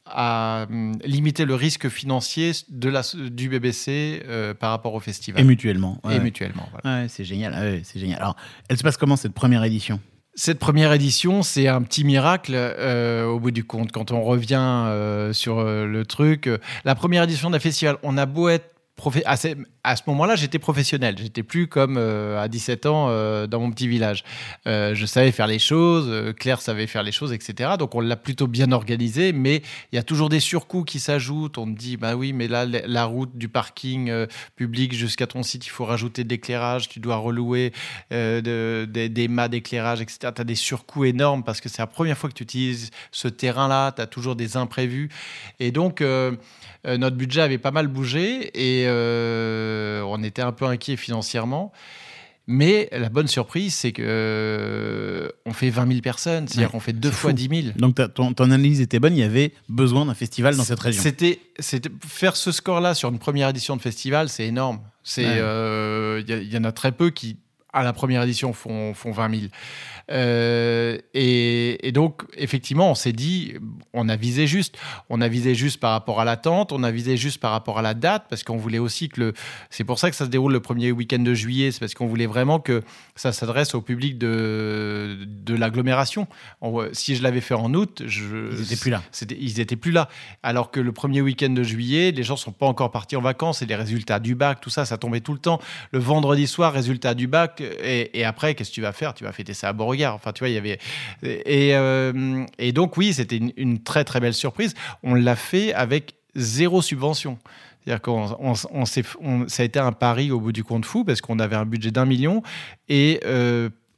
Speaker 2: à um, limiter le risque financier de la, du B B C euh, par rapport au festival.
Speaker 1: Et mutuellement.
Speaker 2: Ouais. Et mutuellement, voilà.
Speaker 1: Ouais, c'est génial. Ouais, c'est génial. Alors, elle se passe comment, cette première édition ?
Speaker 2: Cette première édition, c'est un petit miracle euh, au bout du compte. Quand on revient euh, sur euh, le truc, euh, la première édition d'un festival, on a beau être Profe- à, ce, à ce moment-là, j'étais professionnel. J'étais plus comme euh, à dix-sept ans euh, dans mon petit village. Euh, je savais faire les choses, euh, Claire savait faire les choses, et cetera. Donc, on l'a plutôt bien organisé, mais il y a toujours des surcoûts qui s'ajoutent. On te dit, bah oui, mais là, la route du parking euh, public jusqu'à ton site, il faut rajouter de l'éclairage, tu dois relouer euh, de, de, des mâts d'éclairage, et cetera. Tu as des surcoûts énormes parce que c'est la première fois que tu utilises ce terrain-là. Tu as toujours des imprévus. Et donc, euh, euh, notre budget avait pas mal bougé et Euh, on était un peu inquiet financièrement, mais la bonne surprise, c'est qu'on euh, fait vingt mille personnes, c'est-à-dire ouais, qu'on fait deux fois fou. dix mille.
Speaker 1: Donc ton, ton analyse était bonne, il y avait besoin d'un festival dans cette région.
Speaker 2: C'était, c'était faire ce score-là sur une première édition de festival, c'est énorme. Il ouais. euh, y, y en a très peu qui, à la première édition, font, font vingt mille. Euh, et, et donc, effectivement, on s'est dit, on a visé juste. On a visé juste par rapport à l'attente, on a visé juste par rapport à la date, parce qu'on voulait aussi que le... C'est pour ça que ça se déroule le premier week-end de juillet, c'est parce qu'on voulait vraiment que ça s'adresse au public de, de l'agglomération. On, si je l'avais fait en août, je,
Speaker 1: ils n'étaient plus là.
Speaker 2: C'était, ils n'étaient plus là. Alors que le premier week-end de juillet, les gens ne sont pas encore partis en vacances, et les résultats du bac, tout ça, ça tombait tout le temps. Le vendredi soir, résultat du bac, et, et après, qu'est-ce que tu vas faire ? Tu vas fêter ça à Beauregard. Enfin, tu vois, il y avait... Et, euh, et donc, oui, c'était une, une très, très belle surprise. On l'a fait avec zéro subvention. C'est-à-dire qu'on on, on s'est, on, ça a été un pari au bout du compte fou parce qu'on avait un budget d'un million et euh,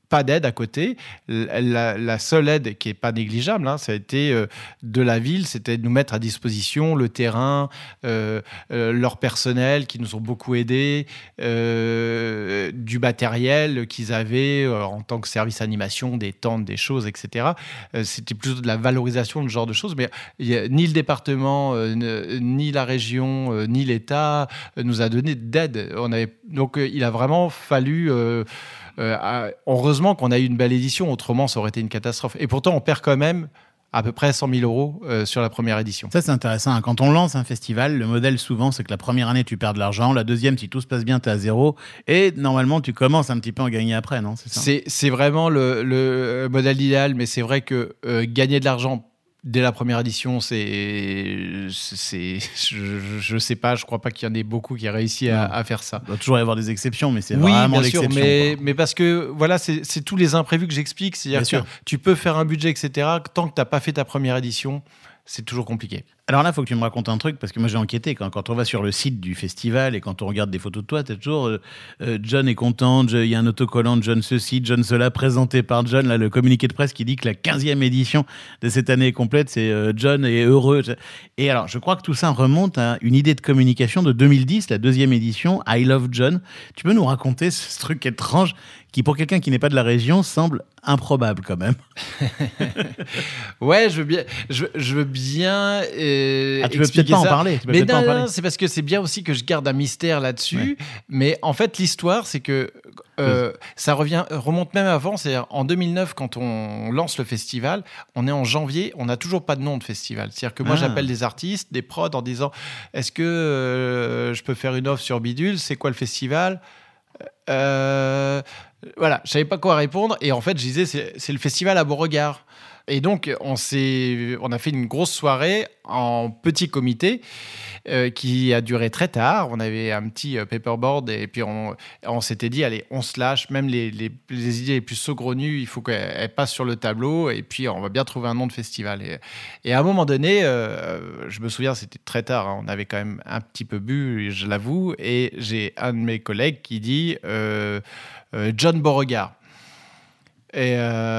Speaker 2: pas d'aide à côté. La, la seule aide qui n'est pas négligeable, hein, ça a été euh, de la ville, c'était de nous mettre à disposition le terrain, euh, euh, leur personnel qui nous ont beaucoup aidés, euh, du matériel qu'ils avaient euh, en tant que service animation, des tentes, des choses, et cetera. Euh, c'était plutôt de la valorisation de ce genre de choses, mais y a, ni le département, euh, ni la région, euh, ni l'État euh, nous a donné d'aide. On avait, donc euh, il a vraiment fallu... Euh, Euh, heureusement qu'on a eu une belle édition, autrement ça aurait été une catastrophe. Et pourtant, on perd quand même à peu près cent mille euros euh, sur la première édition.
Speaker 1: Ça, c'est intéressant. Quand on lance un festival, le modèle, souvent, c'est que la première année, tu perds de l'argent. La deuxième, si tout se passe bien, tu es à zéro. Et normalement, tu commences un petit peu à en gagner après, non ? C'est ça ?
Speaker 2: C'est, c'est vraiment le, le modèle idéal, mais c'est vrai que euh, gagner de l'argent dès la première édition, c'est, c'est, je, je sais pas, je crois pas qu'il y en ait beaucoup qui aient réussi à, à faire ça.
Speaker 1: Il doit toujours y avoir des exceptions, mais c'est
Speaker 2: oui,
Speaker 1: vraiment
Speaker 2: bien sûr,
Speaker 1: l'exception.
Speaker 2: Mais, mais parce que voilà, c'est, c'est tous les imprévus que j'explique. C'est-à-dire
Speaker 1: bien
Speaker 2: que
Speaker 1: sûr.
Speaker 2: tu peux faire un budget, et cetera. Tant que t'as pas fait ta première édition, c'est toujours compliqué.
Speaker 1: Alors là, il faut que tu me racontes un truc, parce que moi j'ai enquêté. Quand, quand on va sur le site du festival et quand on regarde des photos de toi, tu as toujours euh, euh, John est content, il y a un autocollant de John ceci, John cela, présenté par John. Là, le communiqué de presse qui dit que la quinzième édition de cette année est complète, c'est euh, John est heureux. Et alors, je crois que tout ça remonte à une idée de communication de deux mille dix, la deuxième édition, I Love John. Tu peux nous raconter ce, ce truc étrange qui, pour quelqu'un qui n'est pas de la région, semble improbable quand même.
Speaker 2: Ouais, je veux bien. Je, je veux bien. Euh,
Speaker 1: ah, tu veux peut-être pas en parler. Tu peux
Speaker 2: mais
Speaker 1: peut-être
Speaker 2: non,
Speaker 1: pas en parler.
Speaker 2: non, c'est parce que c'est bien aussi que je garde un mystère là-dessus.
Speaker 1: Ouais.
Speaker 2: Mais en fait, l'histoire, c'est que euh, oui. ça revient, remonte même avant. C'est-à-dire en deux mille neuf, quand on lance le festival, on est en janvier, on n'a toujours pas de nom de festival. C'est-à-dire que moi, ah. j'appelle des artistes, des prods, en disant est-ce que euh, je peux faire une offre sur Bidule ? C'est quoi le festival ? Euh, voilà, je savais pas quoi répondre et en fait je disais c'est, c'est le festival à Beauregard et donc on s'est, on a fait une grosse soirée en petit comité euh, qui a duré très tard. On avait un petit euh, paperboard et puis on, on s'était dit allez on se lâche, même les, les, les idées les plus saugrenues il faut qu'elles passent sur le tableau et puis on va bien trouver un nom de festival et, et à un moment donné euh, je me souviens c'était très tard hein, on avait quand même un petit peu bu je l'avoue et j'ai un de mes collègues qui dit euh, euh, John Beauregard. Et,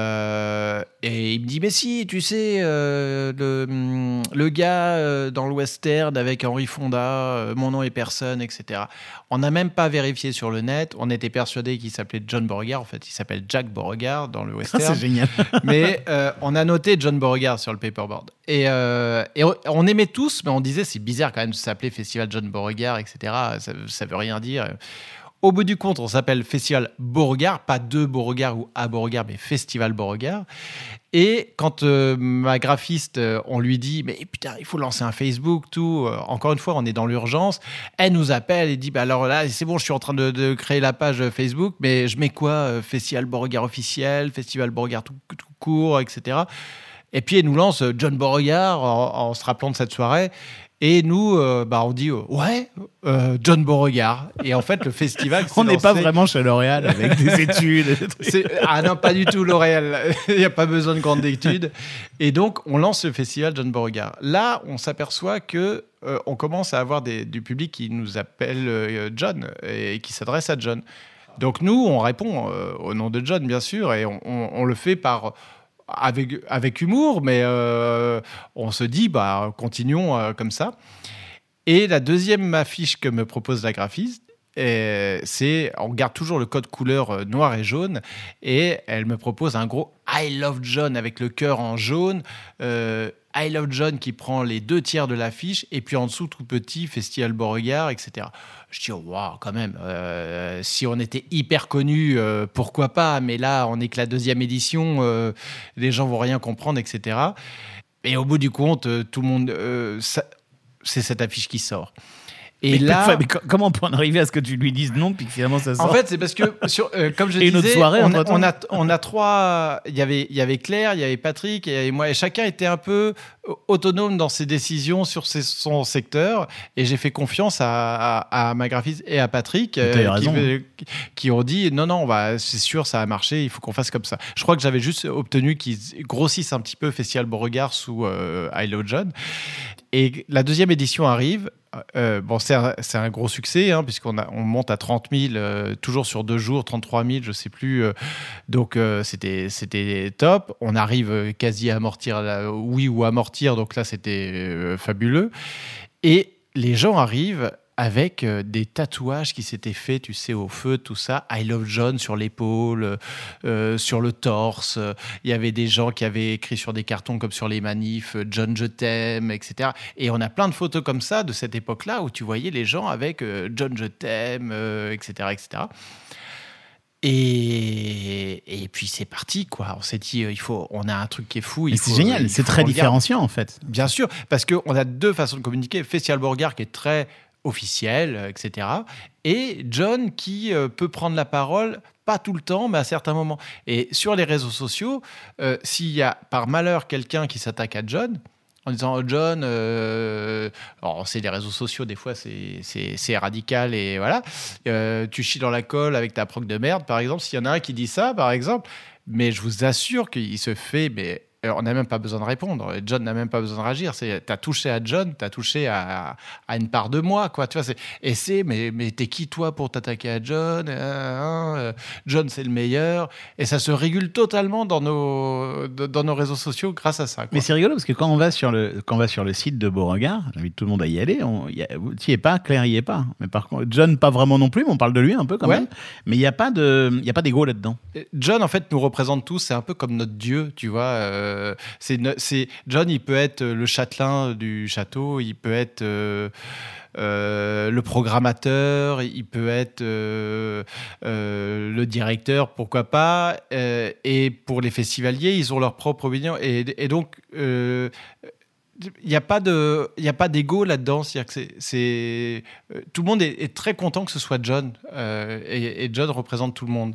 Speaker 2: euh, et il me dit, mais si, tu sais, euh, le, le gars euh, dans le western avec Henry Fonda, euh, Mon nom est personne, et cetera. On n'a même pas vérifié sur le net. On était persuadé qu'il s'appelait John Beauregard. En fait, il s'appelle Jack Beauregard dans le western.
Speaker 1: Ah, c'est génial.
Speaker 2: Mais euh, on a noté John Beauregard sur le paperboard. Et, euh, et on, on aimait tous, mais on disait, c'est bizarre quand même de s'appeler Festival John Beauregard, et cetera. Ça ne veut rien dire. Au bout du compte, on s'appelle Festival Beauregard, pas de Beauregard ou à Beauregard, mais Festival Beauregard. Et quand euh, ma graphiste, euh, on lui dit, mais putain, il faut lancer un Facebook, tout. Euh, encore une fois, on est dans l'urgence. Elle nous appelle et dit, bah alors là, c'est bon, je suis en train de, de créer la page Facebook, mais je mets quoi euh, Festival Beauregard officiel, Festival Beauregard tout, tout court, et cetera. Et puis elle nous lance John Beauregard en, en se rappelant de cette soirée. Et nous, euh, bah, on dit euh, ouais, euh, John Beauregard. Et en fait, le festival.
Speaker 1: On n'est pas vraiment chez L'Oréal avec des études.
Speaker 2: C'est... Ah non, pas du tout L'Oréal. Il n'y a pas besoin de grandes études. Et donc, on lance le festival John Beauregard. Là, on s'aperçoit que euh, on commence à avoir des, du public qui nous appelle euh, John et qui s'adresse à John. Donc nous, on répond euh, au nom de John, bien sûr, et on, on, on le fait par. Avec, avec humour, mais euh, on se dit, bah, continuons euh, comme ça. Et la deuxième affiche que me propose la graphiste, et c'est, on garde toujours le code couleur euh, noir et jaune, et elle me propose un gros I Love John avec le cœur en jaune, euh, I Love John qui prend les deux tiers de l'affiche, et puis en dessous, tout petit, Festival Beauregard, et cetera. Je dis, waouh, wow, quand même, euh, si on était hyper connus, euh, pourquoi pas, mais là, on n'est que la deuxième édition, euh, les gens vont rien comprendre, et cetera. Et au bout du compte, euh, tout le monde, euh, ça, c'est cette affiche qui sort.
Speaker 1: Et mais là, mais comment on peut en arriver à ce que tu lui dises non puis que finalement ça sort ?
Speaker 2: En fait, c'est parce que sur, euh, comme je
Speaker 1: et
Speaker 2: disais,
Speaker 1: une autre soirée,
Speaker 2: on, a, on a on a trois. Il y avait il y avait Claire, il y avait Patrick et moi, et chacun était un peu autonome dans ses décisions sur ses, son secteur. Et j'ai fait confiance à, à, à ma graphiste et à Patrick euh, qui, qui ont dit non non, on va, c'est sûr, ça a marché, il faut qu'on fasse comme ça. Je crois que j'avais juste obtenu qu'ils grossissent un petit peu Festival Beauregard sous euh, I Love John. Et la deuxième édition arrive. Euh, bon, c'est un, c'est un gros succès, hein, puisqu'on a, on monte à trente mille, euh, toujours sur deux jours, trente-trois mille, je ne sais plus. Euh, donc, euh, c'était, c'était top. On arrive quasi à amortir, la, oui, ou amortir. Donc là, c'était euh, fabuleux. Et les gens arrivent avec euh, des tatouages qui s'étaient faits, tu sais, au feu, tout ça. I Love John sur l'épaule, euh, sur le torse. Il y avait des gens qui avaient écrit sur des cartons comme sur les manifs, John, je t'aime, et cetera. Et on a plein de photos comme ça de cette époque-là où tu voyais les gens avec euh, John, je t'aime, euh, et cetera, et cetera. Et, et puis c'est parti, quoi. On s'est dit, il faut, on a un truc qui est fou. Il
Speaker 1: Mais
Speaker 2: faut,
Speaker 1: c'est génial,
Speaker 2: il
Speaker 1: c'est
Speaker 2: faut
Speaker 1: très
Speaker 2: qu'on le garde.
Speaker 1: différenciant en fait.
Speaker 2: Bien sûr, parce qu'on a deux façons de communiquer. Festival Beauregard qui est très officiel, et cetera. Et John qui euh, peut prendre la parole, pas tout le temps, mais à certains moments. Et sur les réseaux sociaux, euh, s'il y a par malheur quelqu'un qui s'attaque à John, en disant oh, John, euh... alors c'est les réseaux sociaux, des fois c'est, c'est, c'est radical et voilà, euh, tu chies dans la colle avec ta proc de merde, par exemple, s'il y en a un qui dit ça, par exemple, mais je vous assure qu'il se fait, mais on n'a même pas besoin de répondre. John n'a même pas besoin de réagir. C'est, t'as touché à John, t'as touché à, à une part de moi, quoi. Tu vois, c'est, et c'est, mais, mais t'es qui, toi, pour t'attaquer à John euh, hein, euh, John, c'est le meilleur. Et ça se régule totalement dans nos, dans nos réseaux sociaux grâce à ça, quoi.
Speaker 1: Mais c'est rigolo parce que quand on va sur le, quand on va sur le site de Beauregard, j'invite tout le monde à y aller, on, y a, tu y es pas, Claire y est pas. Mais par contre, John, pas vraiment non plus, mais on parle de lui un peu quand
Speaker 2: Ouais.
Speaker 1: même. Mais il n'y a pas de, il y a pas d'ego là-dedans.
Speaker 2: John, en fait, nous représente tous. C'est un peu comme notre dieu, tu vois. Euh, c'est, c'est, John, il peut être le châtelain du château, il peut être euh, euh, le programmateur, il peut être euh, euh, le directeur, pourquoi pas. Euh, et pour les festivaliers, ils ont leur propre opinion. Et, et donc... Euh, il n'y a pas de, il y a pas d'ego là-dedans. C'est-à-dire que c'est, c'est, euh, tout le monde est, est très content que ce soit John. Euh, et, et John représente tout le monde.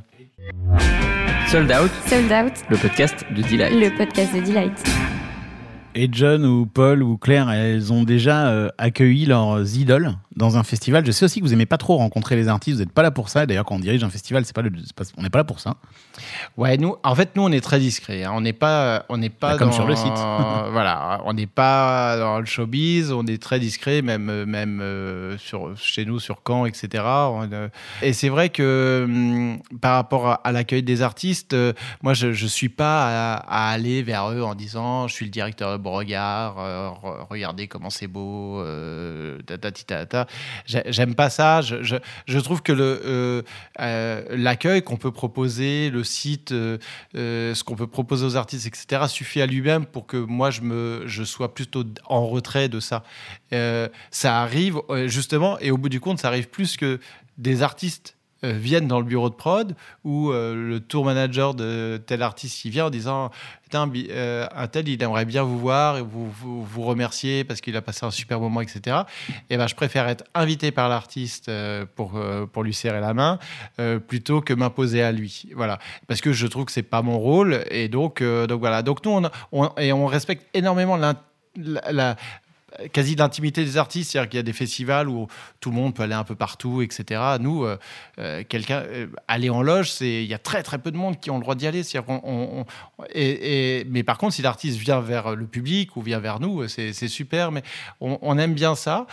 Speaker 7: Sold Out,
Speaker 5: Sold Out,
Speaker 7: le podcast de Delight.
Speaker 5: le podcast de Delight.
Speaker 1: Et John ou Paul ou Claire, elles ont déjà euh, accueilli leurs idoles dans un festival. Je sais aussi que vous aimez pas trop rencontrer les artistes, vous n'êtes pas là pour ça. D'ailleurs, quand on dirige un festival, c'est pas le, c'est pas, on n'est pas là pour ça.
Speaker 2: Ouais, nous, en fait, nous, on est très discrets. Hein. On n'est pas, on n'est pas
Speaker 1: Bah, comme
Speaker 2: dans,
Speaker 1: sur le site.
Speaker 2: Voilà, on n'est pas dans le showbiz. On est très discret, même, même euh, sur, chez nous, sur Caen, et cetera. On, euh, et c'est vrai que hum, par rapport à, à l'accueil des artistes, euh, moi, je, je suis pas à, à aller vers eux en disant, je suis le directeur de Beauregard. Euh, re- regardez comment c'est beau. Euh, tatati tatata. J'aime pas ça. Je, je, je trouve que le, euh, euh, l'accueil qu'on peut proposer, le site, euh, euh, ce qu'on peut proposer aux artistes, et cetera, suffit à lui-même pour que moi, je, me, je sois plutôt en retrait de ça. Euh, ça arrive, justement, et au bout du compte, ça arrive plus que des artistes euh, viennent dans le bureau de prod ou euh, le tour manager de tel artiste il vient en disant putain, euh, un tel il aimerait bien vous voir et vous, vous, vous remercier parce qu'il a passé un super moment, et cetera. Et ben je préfère être invité par l'artiste euh, pour, euh, pour lui serrer la main euh, plutôt que m'imposer à lui, voilà, parce que je trouve que c'est pas mon rôle. Et donc, euh, donc voilà, donc nous on, on, et on respecte énormément la, la quasi l'intimité des artistes, c'est-à-dire qu'il y a des festivals où tout le monde peut aller un peu partout, et cetera. Nous, euh, euh, quelqu'un euh, aller en loge, c'est il y a très très peu de monde qui ont le droit d'y aller. C'est-à-dire qu'on, on, on, et, et, mais par contre, si l'artiste vient vers le public ou vient vers nous, c'est, c'est super. Mais on, on aime bien ça.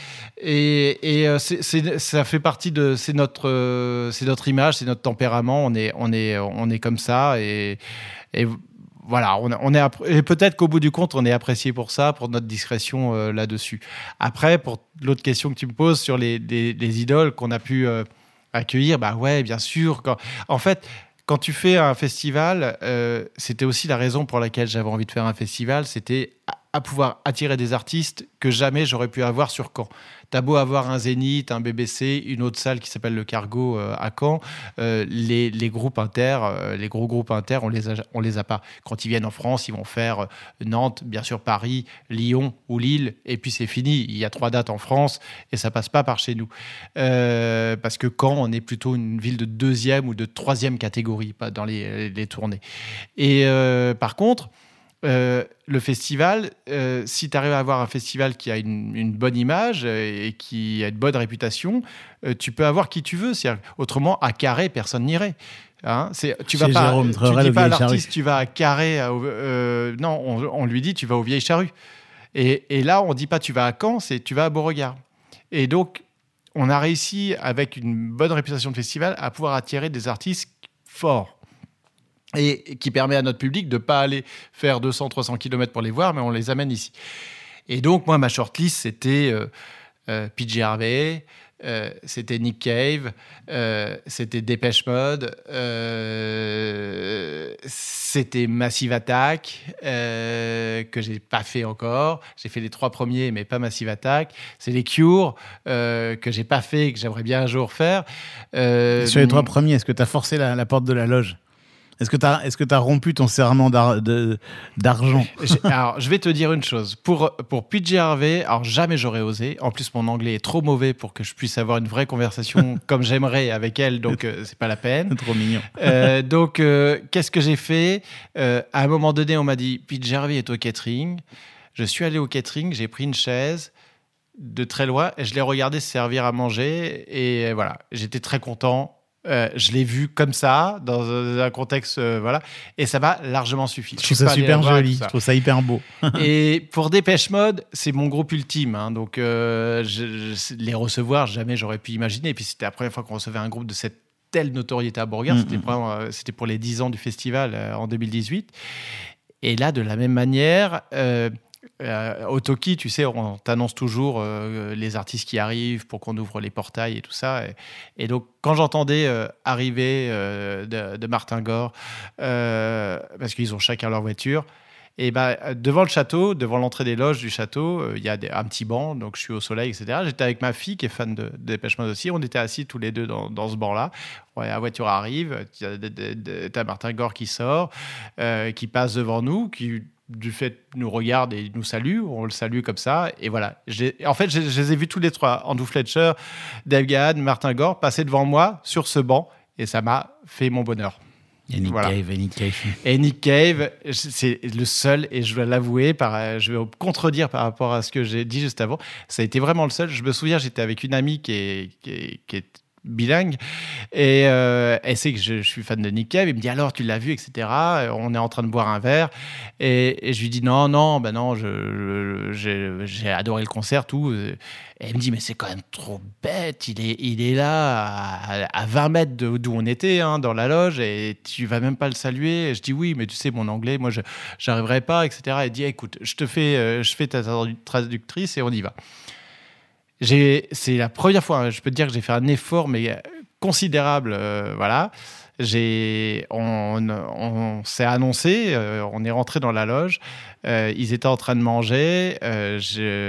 Speaker 2: Et, et c'est, c'est, ça fait partie de c'est notre euh, c'est notre image, c'est notre tempérament. On est on est on est comme ça et, et voilà, on, on est et peut-être qu'au bout du compte, on est apprécié pour ça, pour notre discrétion euh, là-dessus. Après, pour l'autre question que tu me poses sur les, les, les idoles qu'on a pu euh, accueillir, bah ouais, bien sûr. Quand, en fait, quand tu fais un festival, euh, c'était aussi la raison pour laquelle j'avais envie de faire un festival, c'était à, à pouvoir attirer des artistes que jamais j'aurais pu avoir sur Caen. T'as beau avoir un Zénith, un B B C, une autre salle qui s'appelle le Cargo euh, à Caen, euh, les, les groupes inter, euh, les gros groupes inter, on les a, on les a pas. Quand ils viennent en France, ils vont faire euh, Nantes, bien sûr Paris, Lyon ou Lille, et puis c'est fini. Il y a trois dates en France et ça passe pas par chez nous. Euh, parce que Caen, on est plutôt une ville de deuxième ou de troisième catégorie, pas dans les, les tournées. Et euh, par contre, Euh, le festival, euh, si tu arrives à avoir un festival qui a une, une bonne image et qui a une bonne réputation, euh, tu peux avoir qui tu veux. C'est-à-dire, autrement, à Carré, personne n'irait. Hein, c'est, tu vas
Speaker 1: Chez
Speaker 2: pas,
Speaker 1: Jérôme
Speaker 2: tu
Speaker 1: Treurel
Speaker 2: dis
Speaker 1: au
Speaker 2: pas à
Speaker 1: Vieilles
Speaker 2: l'artiste,
Speaker 1: Charrues.
Speaker 2: tu vas à Carré. Euh, non, on, on lui dit, tu vas aux Vieilles Charrues. Et, et là, on ne dit pas tu vas à Caen, c'est tu vas à Beauregard. Et donc, on a réussi, avec une bonne réputation de festival, à pouvoir attirer des artistes forts. Et qui permet à notre public de ne pas aller faire deux cents à trois cents kilomètres pour les voir, mais on les amène ici. Et donc, moi, ma shortlist, c'était euh, euh, P J Harvey, euh, c'était Nick Cave, euh, c'était Depeche Mode, euh, c'était Massive Attack, euh, que je n'ai pas fait encore. J'ai fait les trois premiers, mais pas Massive Attack. C'est les Cure, euh, que je n'ai pas fait et que j'aimerais bien un jour faire.
Speaker 1: Euh, Sur les trois premiers, est-ce que tu as forcé la, la porte de la loge ? Est-ce que tu as est-ce que tu as rompu ton serment d'ar- de, d'argent ?
Speaker 2: J'ai, alors, je vais te dire une chose. Pour, pour P J Harvey, alors jamais j'aurais osé. En plus, mon anglais est trop mauvais pour que je puisse avoir une vraie conversation comme j'aimerais avec elle, donc euh, c'est pas la peine.
Speaker 1: Trop mignon.
Speaker 2: Euh, donc, euh, qu'est-ce que j'ai fait ? euh, À un moment donné, on m'a dit P J Harvey est au catering. Je suis allé au catering, j'ai pris une chaise de très loin et je l'ai regardé se servir à manger. Et voilà, j'étais très content. Euh, je l'ai vu comme ça, dans un contexte, euh, voilà, et ça m'a largement suffi.
Speaker 1: Je trouve ça super joli, je trouve ça hyper beau.
Speaker 2: Et pour Depeche Mode, c'est mon groupe ultime, hein, donc euh, je, je, les recevoir, jamais j'aurais pu imaginer. Et puis c'était la première fois qu'on recevait un groupe de cette telle notoriété à Beauregard, mmh, c'était, vraiment, euh, c'était pour les dix ans du festival euh, en deux mille dix-huit. Et là, de la même manière... Euh, Euh, au Toki, tu sais, on t'annonce toujours euh, les artistes qui arrivent pour qu'on ouvre les portails et tout ça. Et, et donc, quand j'entendais euh, arriver euh, de, de Martin Gore, euh, parce qu'ils ont chacun leur voiture, et ben, devant le château, devant l'entrée des loges du château, il euh, y a des, un petit banc, donc je suis au soleil, et cetera. J'étais avec ma fille qui est fan de, de Depeche Mode aussi. On était assis tous les deux dans, dans ce banc-là. Ouais, la voiture arrive, tu as Martin Gore qui sort, euh, qui passe devant nous, qui... du fait nous regarde et nous salue, on le salue comme ça, et voilà. J'ai, en fait, je les ai vus tous les trois, Andrew Fletcher, Dave Gahan, Martin Gore, passer devant moi sur ce banc, et ça m'a fait mon bonheur.
Speaker 1: Et Nick
Speaker 2: voilà.
Speaker 1: Cave, et Nick Cave.
Speaker 2: Et Nick Cave, c'est le seul, et je dois l'avouer, par, je vais contredire par rapport à ce que j'ai dit juste avant, ça a été vraiment le seul. Je me souviens, j'étais avec une amie qui est, qui est, qui est bilingue, et euh, elle sait que je, je suis fan de Nick Cave. Il me dit alors tu l'as vu, etc. On est en train de boire un verre, et, et je lui dis non non ben non je, je, j'ai, j'ai adoré le concert tout. Et elle me dit mais c'est quand même trop bête, il est il est là à, à vingt mètres de, d'où on était, hein, dans la loge, et tu vas même pas le saluer. Et je dis oui mais tu sais mon anglais moi je j'arriverai pas, etc. Elle dit écoute je te fais euh, je fais ta traductrice et on y va. J'ai, c'est la première fois, je peux te dire que j'ai fait un effort, mais considérable. Euh, voilà. J'ai, on, on s'est annoncé, euh, on est rentré dans la loge. Euh, ils étaient en train de manger. Euh,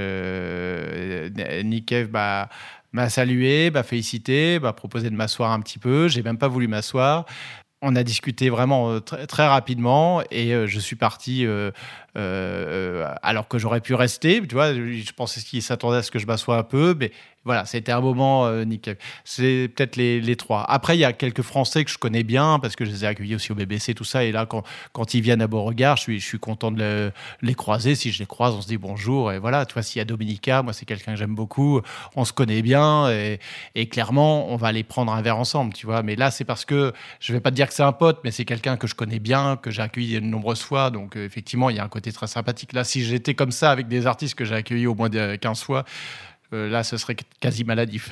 Speaker 2: je, Nick Cave bah, m'a salué, m'a félicité, m'a proposé de m'asseoir un petit peu. J'ai même pas voulu m'asseoir. On a discuté vraiment euh, très, très rapidement, et euh, je suis parti euh, euh, alors que j'aurais pu rester. Tu vois, je pensais qu'il s'attendait à ce que je m'assoie un peu, mais voilà, c'était un moment euh, nickel. C'est peut-être les, les trois. Après, il y a quelques Français que je connais bien parce que je les ai accueillis aussi au B B C, tout ça. Et là, quand, quand ils viennent à Beauregard, je suis, je suis content de le, les croiser. Si je les croise, on se dit bonjour. Et voilà, tu vois, s'il y a Dominica, moi, c'est quelqu'un que j'aime beaucoup. On se connaît bien, et, et clairement, on va aller prendre un verre ensemble, tu vois. Mais là, c'est parce que je vais pas te dire que c'est un pote, mais c'est quelqu'un que je connais bien, que j'ai accueilli de nombreuses fois. Donc, euh, effectivement, il y a un côté très sympathique. Là, si j'étais comme ça avec des artistes que j'ai accueillis au moins de quinze fois, Euh, là, ce serait quasi maladif.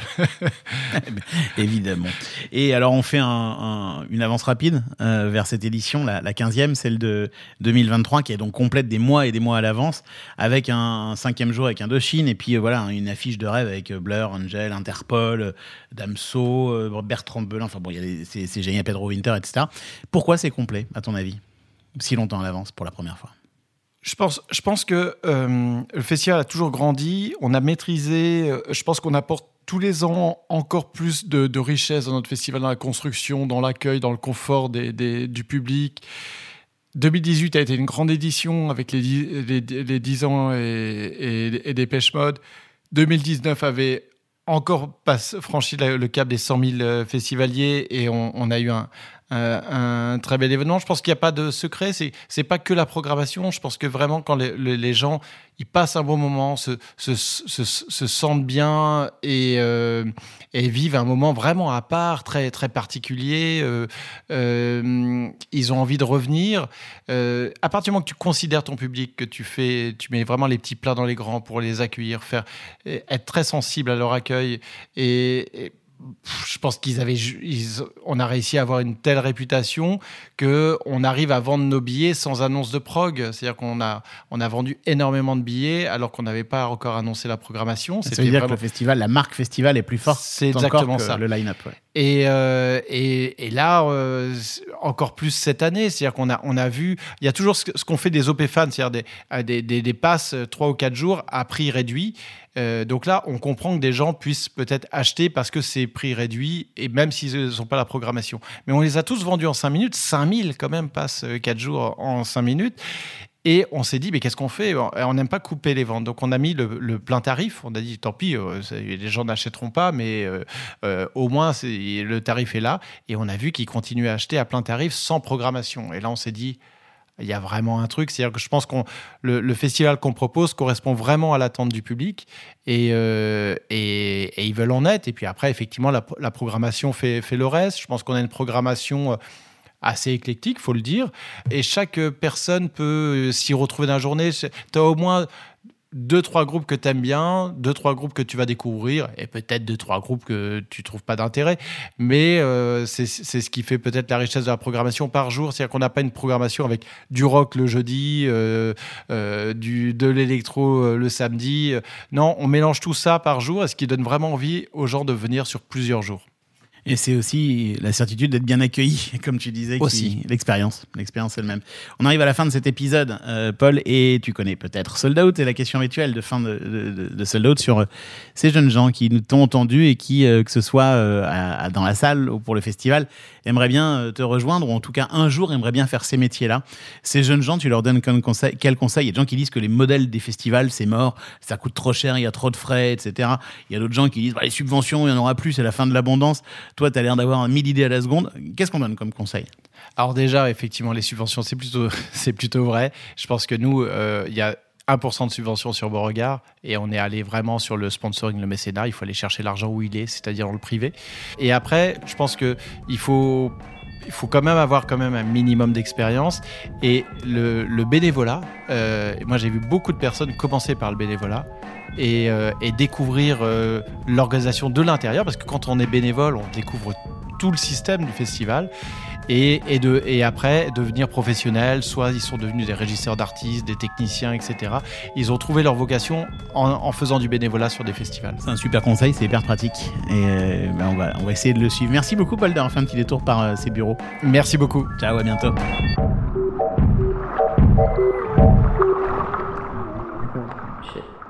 Speaker 1: Évidemment. Et alors, on fait un, un, une avance rapide euh, vers cette édition, la, la quinzième, celle de deux mille vingt-trois, qui est donc complète des mois et des mois à l'avance, avec un, un cinquième jour avec Indochine, et puis euh, voilà, une affiche de rêve avec euh, Blur, Angel, Interpol, euh, Damso, euh, Bertrand Belin, enfin bon, il y a des, c'est, c'est génial, Pedro Winter, et cetera. Pourquoi c'est complet, à ton avis, si longtemps à l'avance pour la première fois ?
Speaker 2: Je pense, je pense que euh, le festival a toujours grandi. On a maîtrisé. Euh, je pense qu'on apporte tous les ans encore plus de, de richesse dans notre festival, dans la construction, dans l'accueil, dans le confort des, des, du public. deux mille dix-huit a été une grande édition avec les, les, les dix ans et, et, et Depeche Mode. deux mille dix-neuf avait encore pas franchi le cap des cent mille festivaliers, et on, on a eu un, un, un très bel événement. Je pense qu'il n'y a pas de secret. C'est, c'est pas que la programmation. Je pense que vraiment, quand les, les, les gens ils passent un bon moment, se, se, se, se sentent bien et, euh, et vivent un moment vraiment à part, très, très particulier. Euh, euh, ils ont envie de revenir. Euh, à partir du moment que tu considères ton public, que tu fais, tu mets vraiment les petits plats dans les grands pour les accueillir, faire, être très sensible à leur accueil et, et je pense qu'ils avaient, ils, on a réussi à avoir une telle réputation que on arrive à vendre nos billets sans annonce de prog. C'est-à-dire qu'on a, on a vendu énormément de billets alors qu'on n'avait pas encore annoncé la programmation.
Speaker 1: Ça veut dire vraiment... que le festival, la marque festival est plus forte.
Speaker 2: C'est exactement ça.
Speaker 1: Le line-up. Ouais.
Speaker 2: Et, euh, et, et là, euh, encore plus cette année, c'est-à-dire qu'on a, on a vu, il y a toujours ce, ce qu'on fait des O P fans, c'est-à-dire des, des, des, des passes trois ou quatre jours à prix réduit. Euh, donc là, on comprend que des gens puissent peut-être acheter parce que c'est prix réduit et même s'ils n'ont pas la programmation. Mais on les a tous vendus en cinq minutes. cinq mille quand même passent quatre jours en cinq minutes. Et on s'est dit, mais qu'est-ce qu'on fait ? On n'aime pas couper les ventes. Donc, on a mis le, le plein tarif. On a dit, tant pis, euh, les gens n'achèteront pas, mais euh, euh, au moins, c'est, le tarif est là. Et on a vu qu'ils continuaient à acheter à plein tarif sans programmation. Et là, on s'est dit, il y a vraiment un truc. C'est-à-dire que je pense que le, le festival qu'on propose correspond vraiment à l'attente du public. Et, euh, et, et ils veulent en être. Et puis après, effectivement, la, la programmation fait, fait le reste. Je pense qu'on a une programmation... Euh, assez éclectique, faut le dire. Et chaque personne peut s'y retrouver dans la journée. Tu as au moins deux, trois groupes que tu aimes bien, deux, trois groupes que tu vas découvrir, et peut-être deux, trois groupes que tu trouves pas d'intérêt. Mais euh, c'est, c'est ce qui fait peut-être la richesse de la programmation par jour. C'est-à-dire qu'on n'a pas une programmation avec du rock le jeudi, euh, euh, du, de l'électro euh, le samedi. Non, on mélange tout ça par jour, et ce qui donne vraiment envie aux gens de venir sur plusieurs jours.
Speaker 1: Et c'est aussi la certitude d'être bien accueilli, comme tu disais,
Speaker 2: aussi.
Speaker 1: Qui, l'expérience, l'expérience elle-même. On arrive à la fin de cet épisode, euh, Paul, et tu connais peut-être Sold Out et la question rituelle de fin de, de, de Sold Out sur euh, ces jeunes gens qui nous t'ont entendu et qui, euh, que ce soit euh, à, à, dans la salle ou pour le festival, aimeraient bien euh, te rejoindre, ou en tout cas un jour aimeraient bien faire ces métiers-là. Ces jeunes gens, tu leur donnes quel conseil, quel conseil ? Il y a des gens qui disent que les modèles des festivals, c'est mort, ça coûte trop cher, il y a trop de frais, et cetera. Il y a d'autres gens qui disent bah, les subventions, il n'y en aura plus, c'est la fin de l'abondance. Toi, tu as l'air d'avoir mille idées à la seconde. Qu'est-ce qu'on donne comme conseil ?
Speaker 2: Alors déjà, effectivement, les subventions, c'est plutôt, c'est plutôt vrai. Je pense que nous, il euh, y a un pour cent de subventions sur Beauregard et on est allé vraiment sur le sponsoring, le mécénat. Il faut aller chercher l'argent où il est, c'est-à-dire dans le privé. Et après, je pense qu'il faut... Il faut quand même avoir quand même un minimum d'expérience. Et le, le bénévolat, euh, moi j'ai vu beaucoup de personnes commencer par le bénévolat et, euh, et découvrir euh, l'organisation de l'intérieur, parce que quand on est bénévole, on découvre tout le système du festival. Et, et, de, et après, devenir professionnels, soit ils sont devenus des régisseurs d'artistes, des techniciens, et cetera. Ils ont trouvé leur vocation en, en faisant du bénévolat sur des festivals.
Speaker 1: C'est un super conseil, c'est hyper pratique. Et euh, ben on, va, on va essayer de le suivre. Merci beaucoup, Paul, d'avoir fait un petit détour par euh, ces bureaux.
Speaker 2: Merci beaucoup.
Speaker 1: Ciao, à bientôt. Shit.